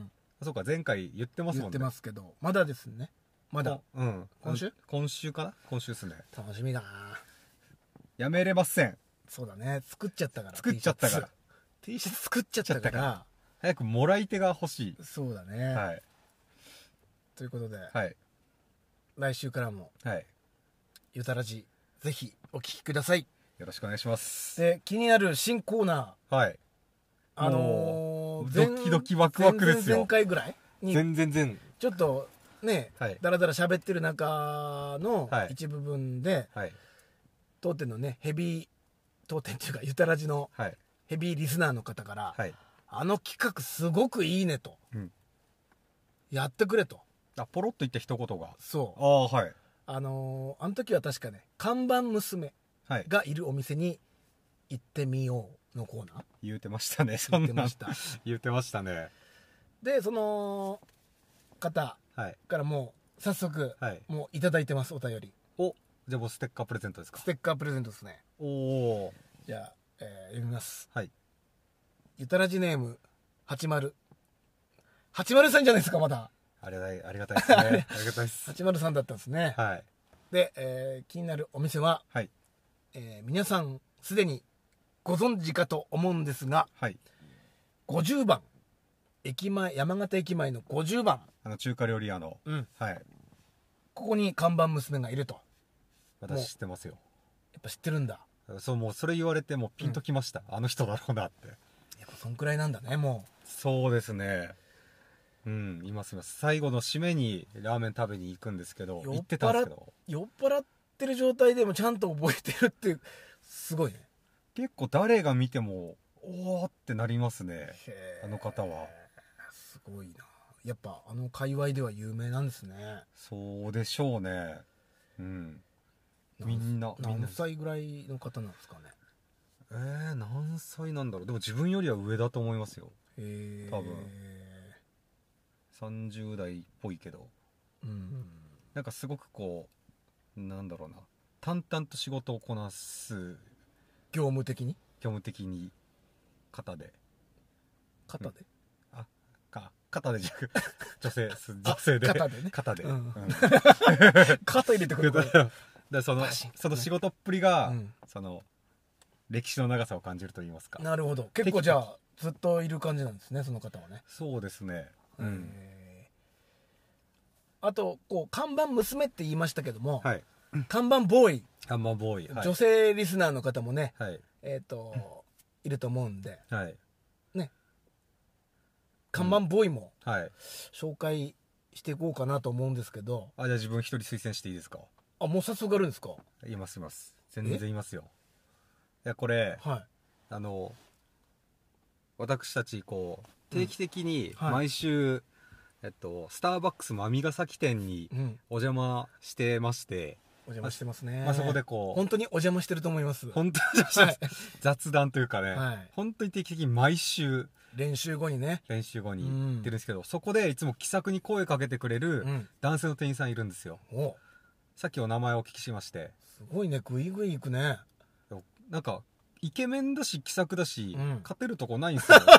[SPEAKER 2] そうか前回言ってますもんね。
[SPEAKER 1] 言ってますけどまだですね。まだ、
[SPEAKER 2] うん、
[SPEAKER 1] 今週
[SPEAKER 2] 今週かな今週ですね。
[SPEAKER 1] 楽しみだな。
[SPEAKER 2] やめれません。
[SPEAKER 1] そうだね。作っちゃったから
[SPEAKER 2] 作っちゃったから
[SPEAKER 1] T シャツ作っちゃったから
[SPEAKER 2] 早くもらい手が欲しい。
[SPEAKER 1] そうだね、
[SPEAKER 2] はい、
[SPEAKER 1] ということで、
[SPEAKER 2] はい、
[SPEAKER 1] 来週からも、
[SPEAKER 2] はい、
[SPEAKER 1] ゆたらじぜひお聞きください。
[SPEAKER 2] よろしくお願いします。
[SPEAKER 1] で気になる新コーナ
[SPEAKER 2] ー、はい、
[SPEAKER 1] あの
[SPEAKER 2] ー、ドキドキワクワクですよ。
[SPEAKER 1] 前々回ぐらいに
[SPEAKER 2] 全然全
[SPEAKER 1] ちょっとね、はい、だらだら喋ってる中の
[SPEAKER 2] はい
[SPEAKER 1] 一部分で、
[SPEAKER 2] はい、
[SPEAKER 1] 当店のねヘビー当店っていうかゆたらじのヘビーリスナーの方から、
[SPEAKER 2] はい、
[SPEAKER 1] あの企画すごくいいねと、うん、やってくれと、
[SPEAKER 2] あポロッと言った一言が、
[SPEAKER 1] そう
[SPEAKER 2] あ、はい、
[SPEAKER 1] あのー、あの時は確かね看板娘がいるお店に行ってみようのコーナー
[SPEAKER 2] 言うてましたね。
[SPEAKER 1] 言ってました
[SPEAKER 2] 言ってましたね。
[SPEAKER 1] でその方からもう早速、はい、もういただいてますお便り。
[SPEAKER 2] おじゃあもうステッカープレゼントですか？
[SPEAKER 1] ステッカープレゼントですね。
[SPEAKER 2] おお。
[SPEAKER 1] じゃあ、えー、読みます。
[SPEAKER 2] はい。
[SPEAKER 1] ゆたらじネームはちまるはちまるさんじゃないですか。まだ
[SPEAKER 2] ありがたいありがたいですねありがたいです。
[SPEAKER 1] はちまるさんだったんですね。
[SPEAKER 2] はい。
[SPEAKER 1] で、えー、気になるお店は、
[SPEAKER 2] はい、
[SPEAKER 1] えー、皆さんすでにご存知かと思うんですが、
[SPEAKER 2] はい、
[SPEAKER 1] ごじゅうばん駅前山形駅前のごじゅうばん、
[SPEAKER 2] あの中華料理屋の、
[SPEAKER 1] うん、
[SPEAKER 2] はい、
[SPEAKER 1] ここに看板娘がいると。
[SPEAKER 2] 私知ってますよ。
[SPEAKER 1] やっぱ知ってるんだ。
[SPEAKER 2] そうもうそれ言われてもピンときました、うん、あの人だろうなって。
[SPEAKER 1] やっぱそんくらいなんだねもう。
[SPEAKER 2] そうですね。うんいますいます。最後の締めにラーメン食べに行くんですけど行ってたんですけど
[SPEAKER 1] 酔っ払ってる状態でもちゃんと覚えてるってすごいね。
[SPEAKER 2] 結構誰が見てもおーってなりますねあの方は。
[SPEAKER 1] すごいな。やっぱあの界隈では有名なんですね。
[SPEAKER 2] そうでしょうね。うんみんな
[SPEAKER 1] 何歳ぐらいの方なんですかね。
[SPEAKER 2] えー、何歳なんだろう。でも自分よりは上だと思いますよ。
[SPEAKER 1] へー
[SPEAKER 2] 多分さんじゅう代っぽいけど、
[SPEAKER 1] うん、
[SPEAKER 2] なんかすごくこうなんだろうな淡々と仕事をこなす
[SPEAKER 1] 業務的に
[SPEAKER 2] 業務的に肩で
[SPEAKER 1] 肩で、
[SPEAKER 2] うん、あか肩でじゃ女性女性で
[SPEAKER 1] 肩でね
[SPEAKER 2] 肩で、うんうん、
[SPEAKER 1] 肩入れてくるから
[SPEAKER 2] でそのその仕事っぷりが、うん、その歴史の長さを感じると言いますか。
[SPEAKER 1] なるほど。結構じゃあずっといる感じなんですね、その方はね。
[SPEAKER 2] そうですね、うん、
[SPEAKER 1] あとこう看板娘って言いましたけども、
[SPEAKER 2] はい、
[SPEAKER 1] 看板ボーイ、
[SPEAKER 2] 看板ボーイ、はい、
[SPEAKER 1] 女性リスナーの方もね、
[SPEAKER 2] はい、
[SPEAKER 1] えっ、ー、といると思うんで、
[SPEAKER 2] はい、
[SPEAKER 1] ね、看板ボーイも
[SPEAKER 2] はい、
[SPEAKER 1] 紹介していこうかなと思うんですけど、
[SPEAKER 2] あ、じゃあ自分一人推薦していいですか。
[SPEAKER 1] あ、もう早速あるんですか。
[SPEAKER 2] いますいます、全然いますよ。いやこれ、
[SPEAKER 1] はい、
[SPEAKER 2] あの私たちこう定期的に毎週、うん、はい、えっと、スターバックス真ヶ崎店にお邪魔してまして、
[SPEAKER 1] うん、お邪魔してますね、
[SPEAKER 2] まあ、そこでこう
[SPEAKER 1] 本当にお邪魔してると思います。
[SPEAKER 2] 本当に、はい、雑談というかね、はい、本当に定期的に毎週
[SPEAKER 1] 練習後にね
[SPEAKER 2] 練習後に行ってるんですけど、うん、そこでいつも気さくに声かけてくれる男性の店員さんいるんですよ、うん、さっきお名前をお聞きしまして。
[SPEAKER 1] すごいね、グイグイ行くね。
[SPEAKER 2] なんかイケメンだし気さくだし、うん、勝てるとこないんですよ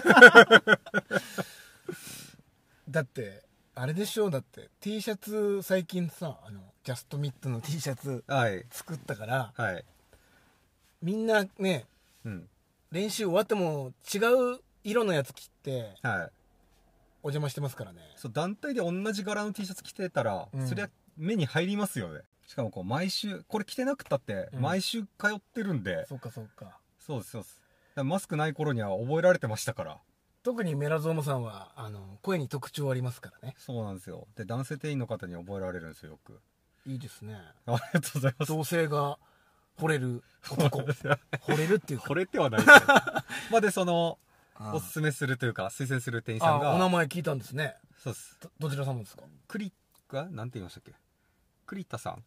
[SPEAKER 1] だってあれでしょう、だって T シャツ最近さ、あのジャストミットの T シャツ作ったから、
[SPEAKER 2] はいはい、
[SPEAKER 1] みんなね、うん、練習終わっても違う色のやつ着て、はい、お邪魔してますからね。
[SPEAKER 2] そう団体で同じ柄の T シャツ着てたら、うん、そりゃ目に入りますよね。しかもこう毎週これ着てなくったって毎週通ってるんで、うん、
[SPEAKER 1] そうかそうか、
[SPEAKER 2] そうですそうです。マスクない頃には覚えられてましたから。
[SPEAKER 1] 特にメラゾーモさんはあの声に特徴ありますからね。
[SPEAKER 2] そうなんですよ。で男性店員の方に覚えられるんですよ、よく。
[SPEAKER 1] いいですね、
[SPEAKER 2] ありがとうございます。
[SPEAKER 1] 同性が惚れる男惚れるっていうか
[SPEAKER 2] 惚れてはないですけどまあでそのおすすめするというか推薦する店員さんが、
[SPEAKER 1] お名前聞いたんですね。
[SPEAKER 2] そうです。
[SPEAKER 1] ど, どちら様ですか。
[SPEAKER 2] クリがなんて言いましたっけ、栗田さん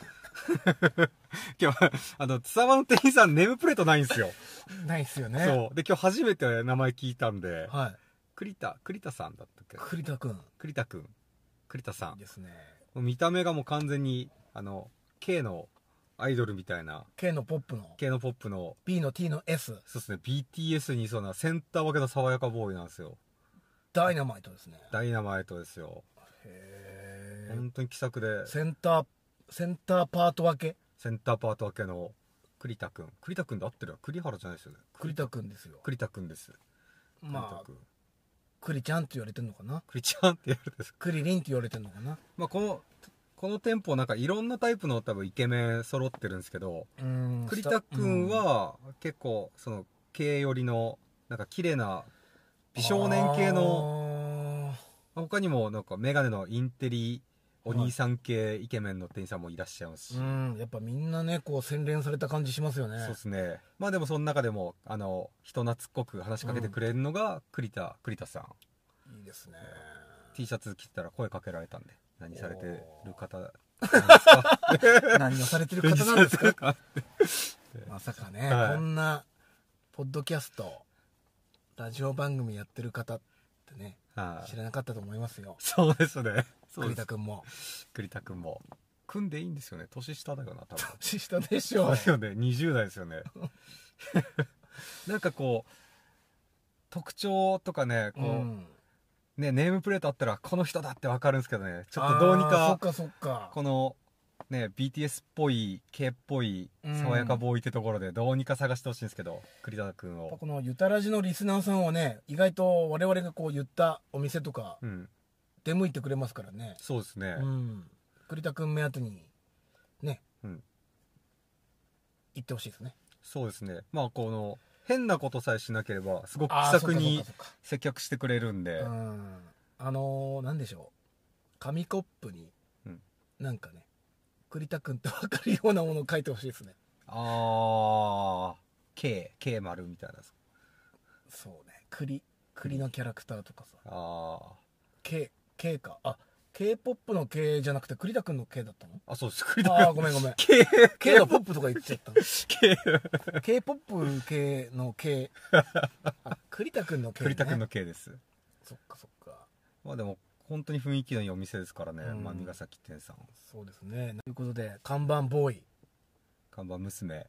[SPEAKER 2] 今日あのツアマの店員さんネームプレートないんですよ。
[SPEAKER 1] ないっすよね。
[SPEAKER 2] そうで今日初めて名前聞いたんで、
[SPEAKER 1] はい、
[SPEAKER 2] 栗田栗田さんだったっけ。
[SPEAKER 1] 栗田くん
[SPEAKER 2] 栗田くん栗田さんいい
[SPEAKER 1] ですね。
[SPEAKER 2] 見た目がもう完全にあの K のアイドルみたいな、
[SPEAKER 1] K のポップの
[SPEAKER 2] K のポップの
[SPEAKER 1] B の T の S。
[SPEAKER 2] そうですね、 ビーティーエス にいそうなセンター分けの爽やかボーイなんですよ。
[SPEAKER 1] ダイナマイトですね。
[SPEAKER 2] ダイナマイトですよ。
[SPEAKER 1] へえ。
[SPEAKER 2] 本当に気さくで、
[SPEAKER 1] センターセンターパート分け
[SPEAKER 2] センターパート分けの栗田くん。栗田くんで合ってるよ。栗原じゃないですよね。
[SPEAKER 1] 栗田くんですよ。
[SPEAKER 2] 栗田くんです。
[SPEAKER 1] まあ栗ちゃんって言われてんのかな。
[SPEAKER 2] 栗ちゃんって言われてる。
[SPEAKER 1] 栗りんって言われてんのかな。
[SPEAKER 2] まあこのこの店舗なんかいろんなタイプの多分イケメン揃ってるんですけど、栗田くんは結構その系寄りのなんか綺麗な美少年系の、他にもなんかメガネのインテリお兄さん系イケメンの店員さんもいらっしゃいますし、
[SPEAKER 1] うん、やっぱみんなねこう洗練された感じしますよね。
[SPEAKER 2] そうですね。まあでもその中でもあの人懐っこく話しかけてくれるのが栗田、栗田さん。
[SPEAKER 1] いいですね。
[SPEAKER 2] T シャツ着てたら声かけられたんで、何されてる方なんですか
[SPEAKER 1] 何をされてる方なんですかまさかね、はい、こんなポッドキャストラジオ番組やってる方ってね、はい、知らなかったと思いますよ。
[SPEAKER 2] そうですね。
[SPEAKER 1] 栗田くんも
[SPEAKER 2] 栗田くんも組んでいいんですよね。年下だよな多分。
[SPEAKER 1] 年下でしょう。
[SPEAKER 2] そうですよね。にじゅう代ですよねなんかこう特徴とかねこう、うんね、ネームプレートあったらこの人だって分かるんですけどね、ちょっとどうにか
[SPEAKER 1] そっかそっか
[SPEAKER 2] この、ね、ビーティーエス っぽい K っぽい爽やかボーイってところでどうにか探してほしいんですけど、栗田君を。
[SPEAKER 1] このゆたらじのリスナーさんはね意外と我々がこう言ったお店とか出向いてくれますからね、
[SPEAKER 2] うん、そうですね、
[SPEAKER 1] うん、栗田君目当てにね、うん、行ってほしいですね。
[SPEAKER 2] そうですね。まあこの変なことさえしなければすごく気さくに接客してくれるんで、うん、
[SPEAKER 1] あのー、なんでしょう、紙コップになんかね、うん、栗田くんって分かるようなものを書いてほしいですね。
[SPEAKER 2] ああ K K 丸みたいな。
[SPEAKER 1] そうね、栗栗のキャラクターとかさ、
[SPEAKER 2] ああ
[SPEAKER 1] K K か、あK-ポップ の K じゃなくて栗田くんの K だったの。
[SPEAKER 2] あ、そうです。
[SPEAKER 1] ああごめんごめん
[SPEAKER 2] K,
[SPEAKER 1] K のポップとか言っちゃった
[SPEAKER 2] K
[SPEAKER 1] K ポップ K の K 栗田くんの K ね。
[SPEAKER 2] 栗田くんの K です。
[SPEAKER 1] そっかそっか。
[SPEAKER 2] まあでも本当に雰囲気のいいお店ですからね、うん、真ヶ崎店さん。
[SPEAKER 1] そうですね。ということで看板ボーイ
[SPEAKER 2] 看板娘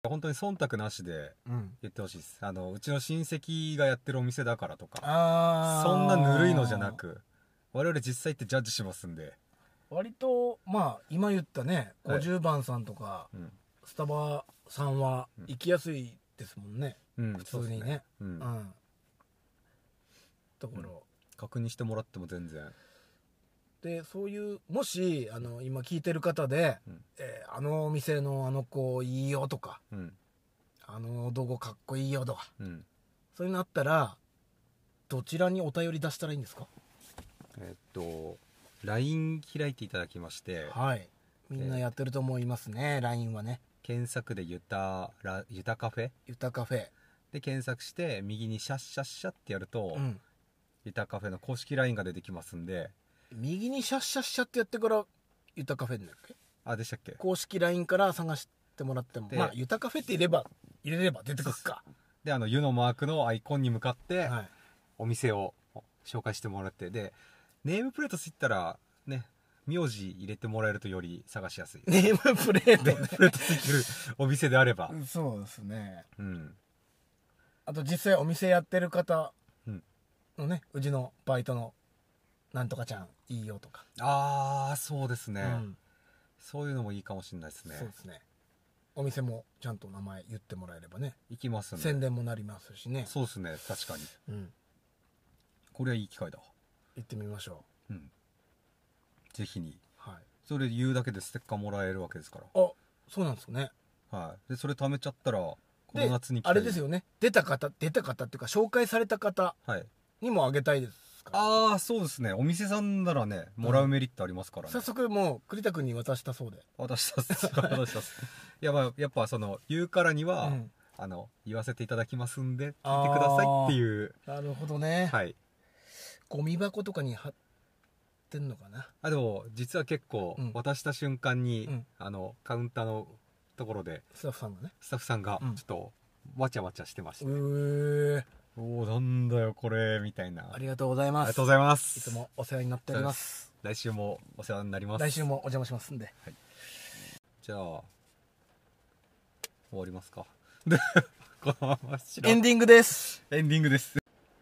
[SPEAKER 2] 本当に忖度なしで言ってほしいです、うん、あのうちの親戚がやってるお店だからとか、
[SPEAKER 1] あ
[SPEAKER 2] そんなぬるいのじゃなく、我々実際ってジャッジしますんで。
[SPEAKER 1] 割とまあ今言ったねごじゅうばんさんとか、はいうん、スタバさんは行きやすいですもんね、うん、普通にね、うんうん、ところ、うん、
[SPEAKER 2] 確認してもらっても全然
[SPEAKER 1] で、そういうもしあの今聞いてる方で、うんえー、あのお店のあの子いいよとか、うん、あの男かっこいいよとか、うん、そういうのあったらどちらにお便り出したらいいんですか？
[SPEAKER 2] えー、っと ライン 開いていただきまして、
[SPEAKER 1] はい、みんなやってると思いますね、えー、ライン はね。
[SPEAKER 2] 検索でゆたらゆたカフェ
[SPEAKER 1] ゆたカフェ
[SPEAKER 2] で検索して右にシャッシャッシャってやると、うん、ゆたカフェの公式 ライン が出てきますんで、
[SPEAKER 1] 右にシャッシャッシャってやってからゆたカフェになるっけ？
[SPEAKER 2] あ、でしたっけ？
[SPEAKER 1] 公式 ライン から探してもらっても、まあゆたカフェって入れれば入れれば出てくるか。
[SPEAKER 2] で、あの湯のマークのアイコンに向かって、はい、お店を紹介してもらって、でネームプレートついたらね、名字入れてもらえるとより探しやすい。
[SPEAKER 1] ネームプレート、ね、
[SPEAKER 2] ネームプレートついてるお店であれば
[SPEAKER 1] そうですね、うん、あと実際お店やってる方のね、うちのバイトのなんとかちゃんいいよとか、
[SPEAKER 2] ああそうですね、うん、そういうのもいいかもしれないですね。
[SPEAKER 1] そうですね、お店もちゃんと名前言ってもらえればね、
[SPEAKER 2] 行きますね、
[SPEAKER 1] 宣伝もなりますしね。
[SPEAKER 2] そうですね、確かに、うん、これはいい機会だ。
[SPEAKER 1] 行ってみましょう、うん、
[SPEAKER 2] ぜひに、はい、それ言うだけでステッカーもらえるわけですから。
[SPEAKER 1] あ、そうなんですね。
[SPEAKER 2] はい、でそれ貯めちゃったらこの夏に来
[SPEAKER 1] たい。あれですよね、出た方出た方っていうか紹介された方にもあげたいですか、
[SPEAKER 2] はい、ああそうですね、お店さんならねもらうメリットありますからね、
[SPEAKER 1] うん、早速もう栗田君に渡したそうで。
[SPEAKER 2] 渡したっす渡したっすいや、まあ、やっぱその言うからには、うん、あの言わせていただきますんで聞いてくださいっていう。
[SPEAKER 1] なるほどね。はい、ゴミ箱とかに貼ってんのかな。
[SPEAKER 2] あ、でも実は結構、うん、渡した瞬間に、うん、あのカウンターのところで
[SPEAKER 1] スタッフさんがね
[SPEAKER 2] スタッフさんがちょっとわちゃわちゃしてました、ね、
[SPEAKER 1] うー
[SPEAKER 2] おおなんだよこれみたいな。
[SPEAKER 1] ありがとうございます。
[SPEAKER 2] ありがとうございます。
[SPEAKER 1] いつもお世話になっております。
[SPEAKER 2] 来週もお世話になります。
[SPEAKER 1] 来週もお邪魔しますんで、はい、
[SPEAKER 2] じゃあ終わりますかこのまま
[SPEAKER 1] エンディングです。
[SPEAKER 2] エンディングです。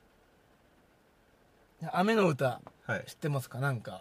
[SPEAKER 1] 雨の歌、はい、知ってますか？なんか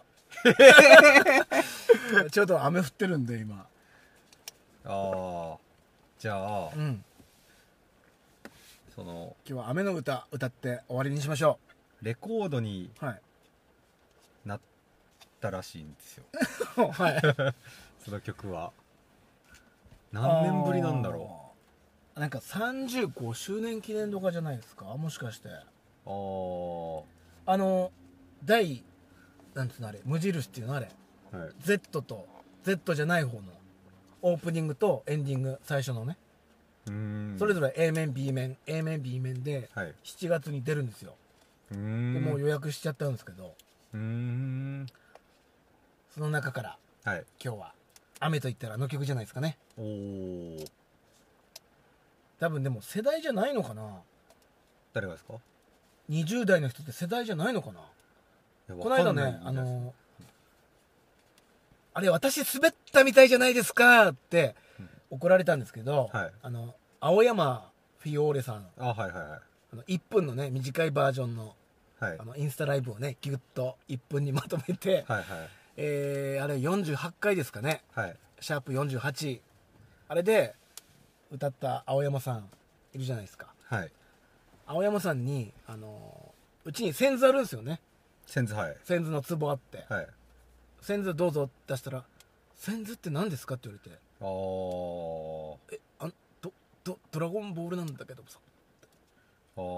[SPEAKER 1] ちょうど雨降ってるんで今。
[SPEAKER 2] ああ、じゃあ、うん、その
[SPEAKER 1] 今日は雨の歌歌って終わりにしましょ
[SPEAKER 2] う。レコードになったらしいんですよ
[SPEAKER 1] はい
[SPEAKER 2] その曲は何年ぶりなんだろ
[SPEAKER 1] う。なんかさんじゅうごしゅうねん記念とかじゃないですか、もしかして。ああの第なんつうのあれ、無印っていうのあれ、はい、Z と Z じゃない方のオープニングとエンディング、最初のね、うーんそれぞれ A 面 B 面 A 面 B 面でしちがつに出るんですよ。うーんでもう予約しちゃったんですけど、うーんその中から、はい、今日は雨と言ったらあの曲じゃないですかね。おお、多分でも世代じゃないのかな。
[SPEAKER 2] 誰がですか？
[SPEAKER 1] にじゅう代の人って世代じゃないのかな。この間ね、あのあれ私滑ったみたいじゃないですかって怒られたんですけど、はい、あの青山フィオーレさん、あ、はいはいはい、あのいっぷんのね短いバージョンの、はい、あのインスタライブをねギュッといっぷんにまとめて、はいはい、えー、あれよんじゅうはちかいですかね、はい、シャープよんじゅうはち、あれで歌った青山さんいるじゃないですか、はい、青山さんにあのうちに線図あるんですよね。
[SPEAKER 2] 線図、はい、
[SPEAKER 1] 線図の壺あって、はい、線図どうぞって出したら線図って何ですかって言われて、あえあどどドラゴンボールなんだけどさ、あ、うん、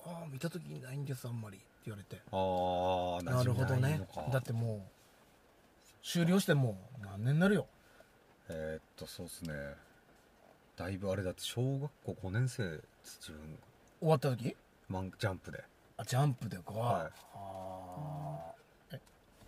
[SPEAKER 1] あ見た時にないんですあんまりって言われて、あなるほどね。だってもう終了してもう何年になるよ。
[SPEAKER 2] えー、っとそうですね、だいぶあれだって小学校ごねん生自分
[SPEAKER 1] 終わった時
[SPEAKER 2] マンジャンプで、
[SPEAKER 1] あジャンプでか、はい、あえ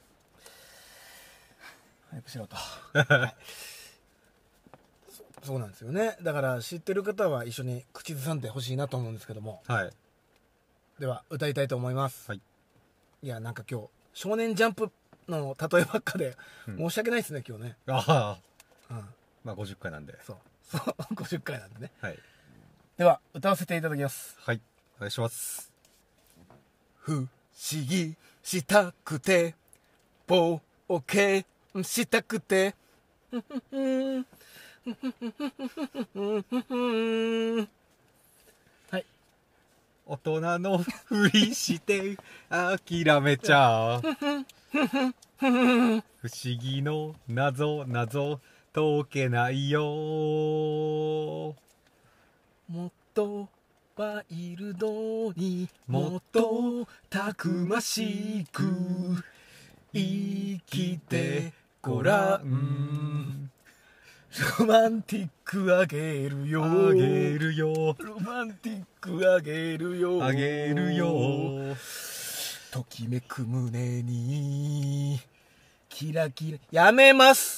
[SPEAKER 1] 早くしろと、はい、そ, そうなんですよね。だから知ってる方は一緒に口ずさんでほしいなと思うんですけども、はい、では歌いたいと思います、はい、いやなんか今日少年ジャンプの例えばっかで申し訳ないですね、うん、今日ね。ああ、うん、
[SPEAKER 2] まあごじゅっかいなんで。
[SPEAKER 1] そうそうごじゅっかいなんでね。
[SPEAKER 2] はい。
[SPEAKER 1] では歌わせていただきます。
[SPEAKER 2] はい、お願いします。
[SPEAKER 1] 不思議したくて冒険したくてはい。
[SPEAKER 2] 大人のふりして諦めちゃ不思議の謎謎解けないよ。
[SPEAKER 1] もっとワイルドにもっとたくましく生きてごらん。ロマンティックあげるよ
[SPEAKER 2] あげるよ
[SPEAKER 1] ロマンティックあげるよ
[SPEAKER 2] あげるよ。
[SPEAKER 1] ときめく胸にキラキラやめます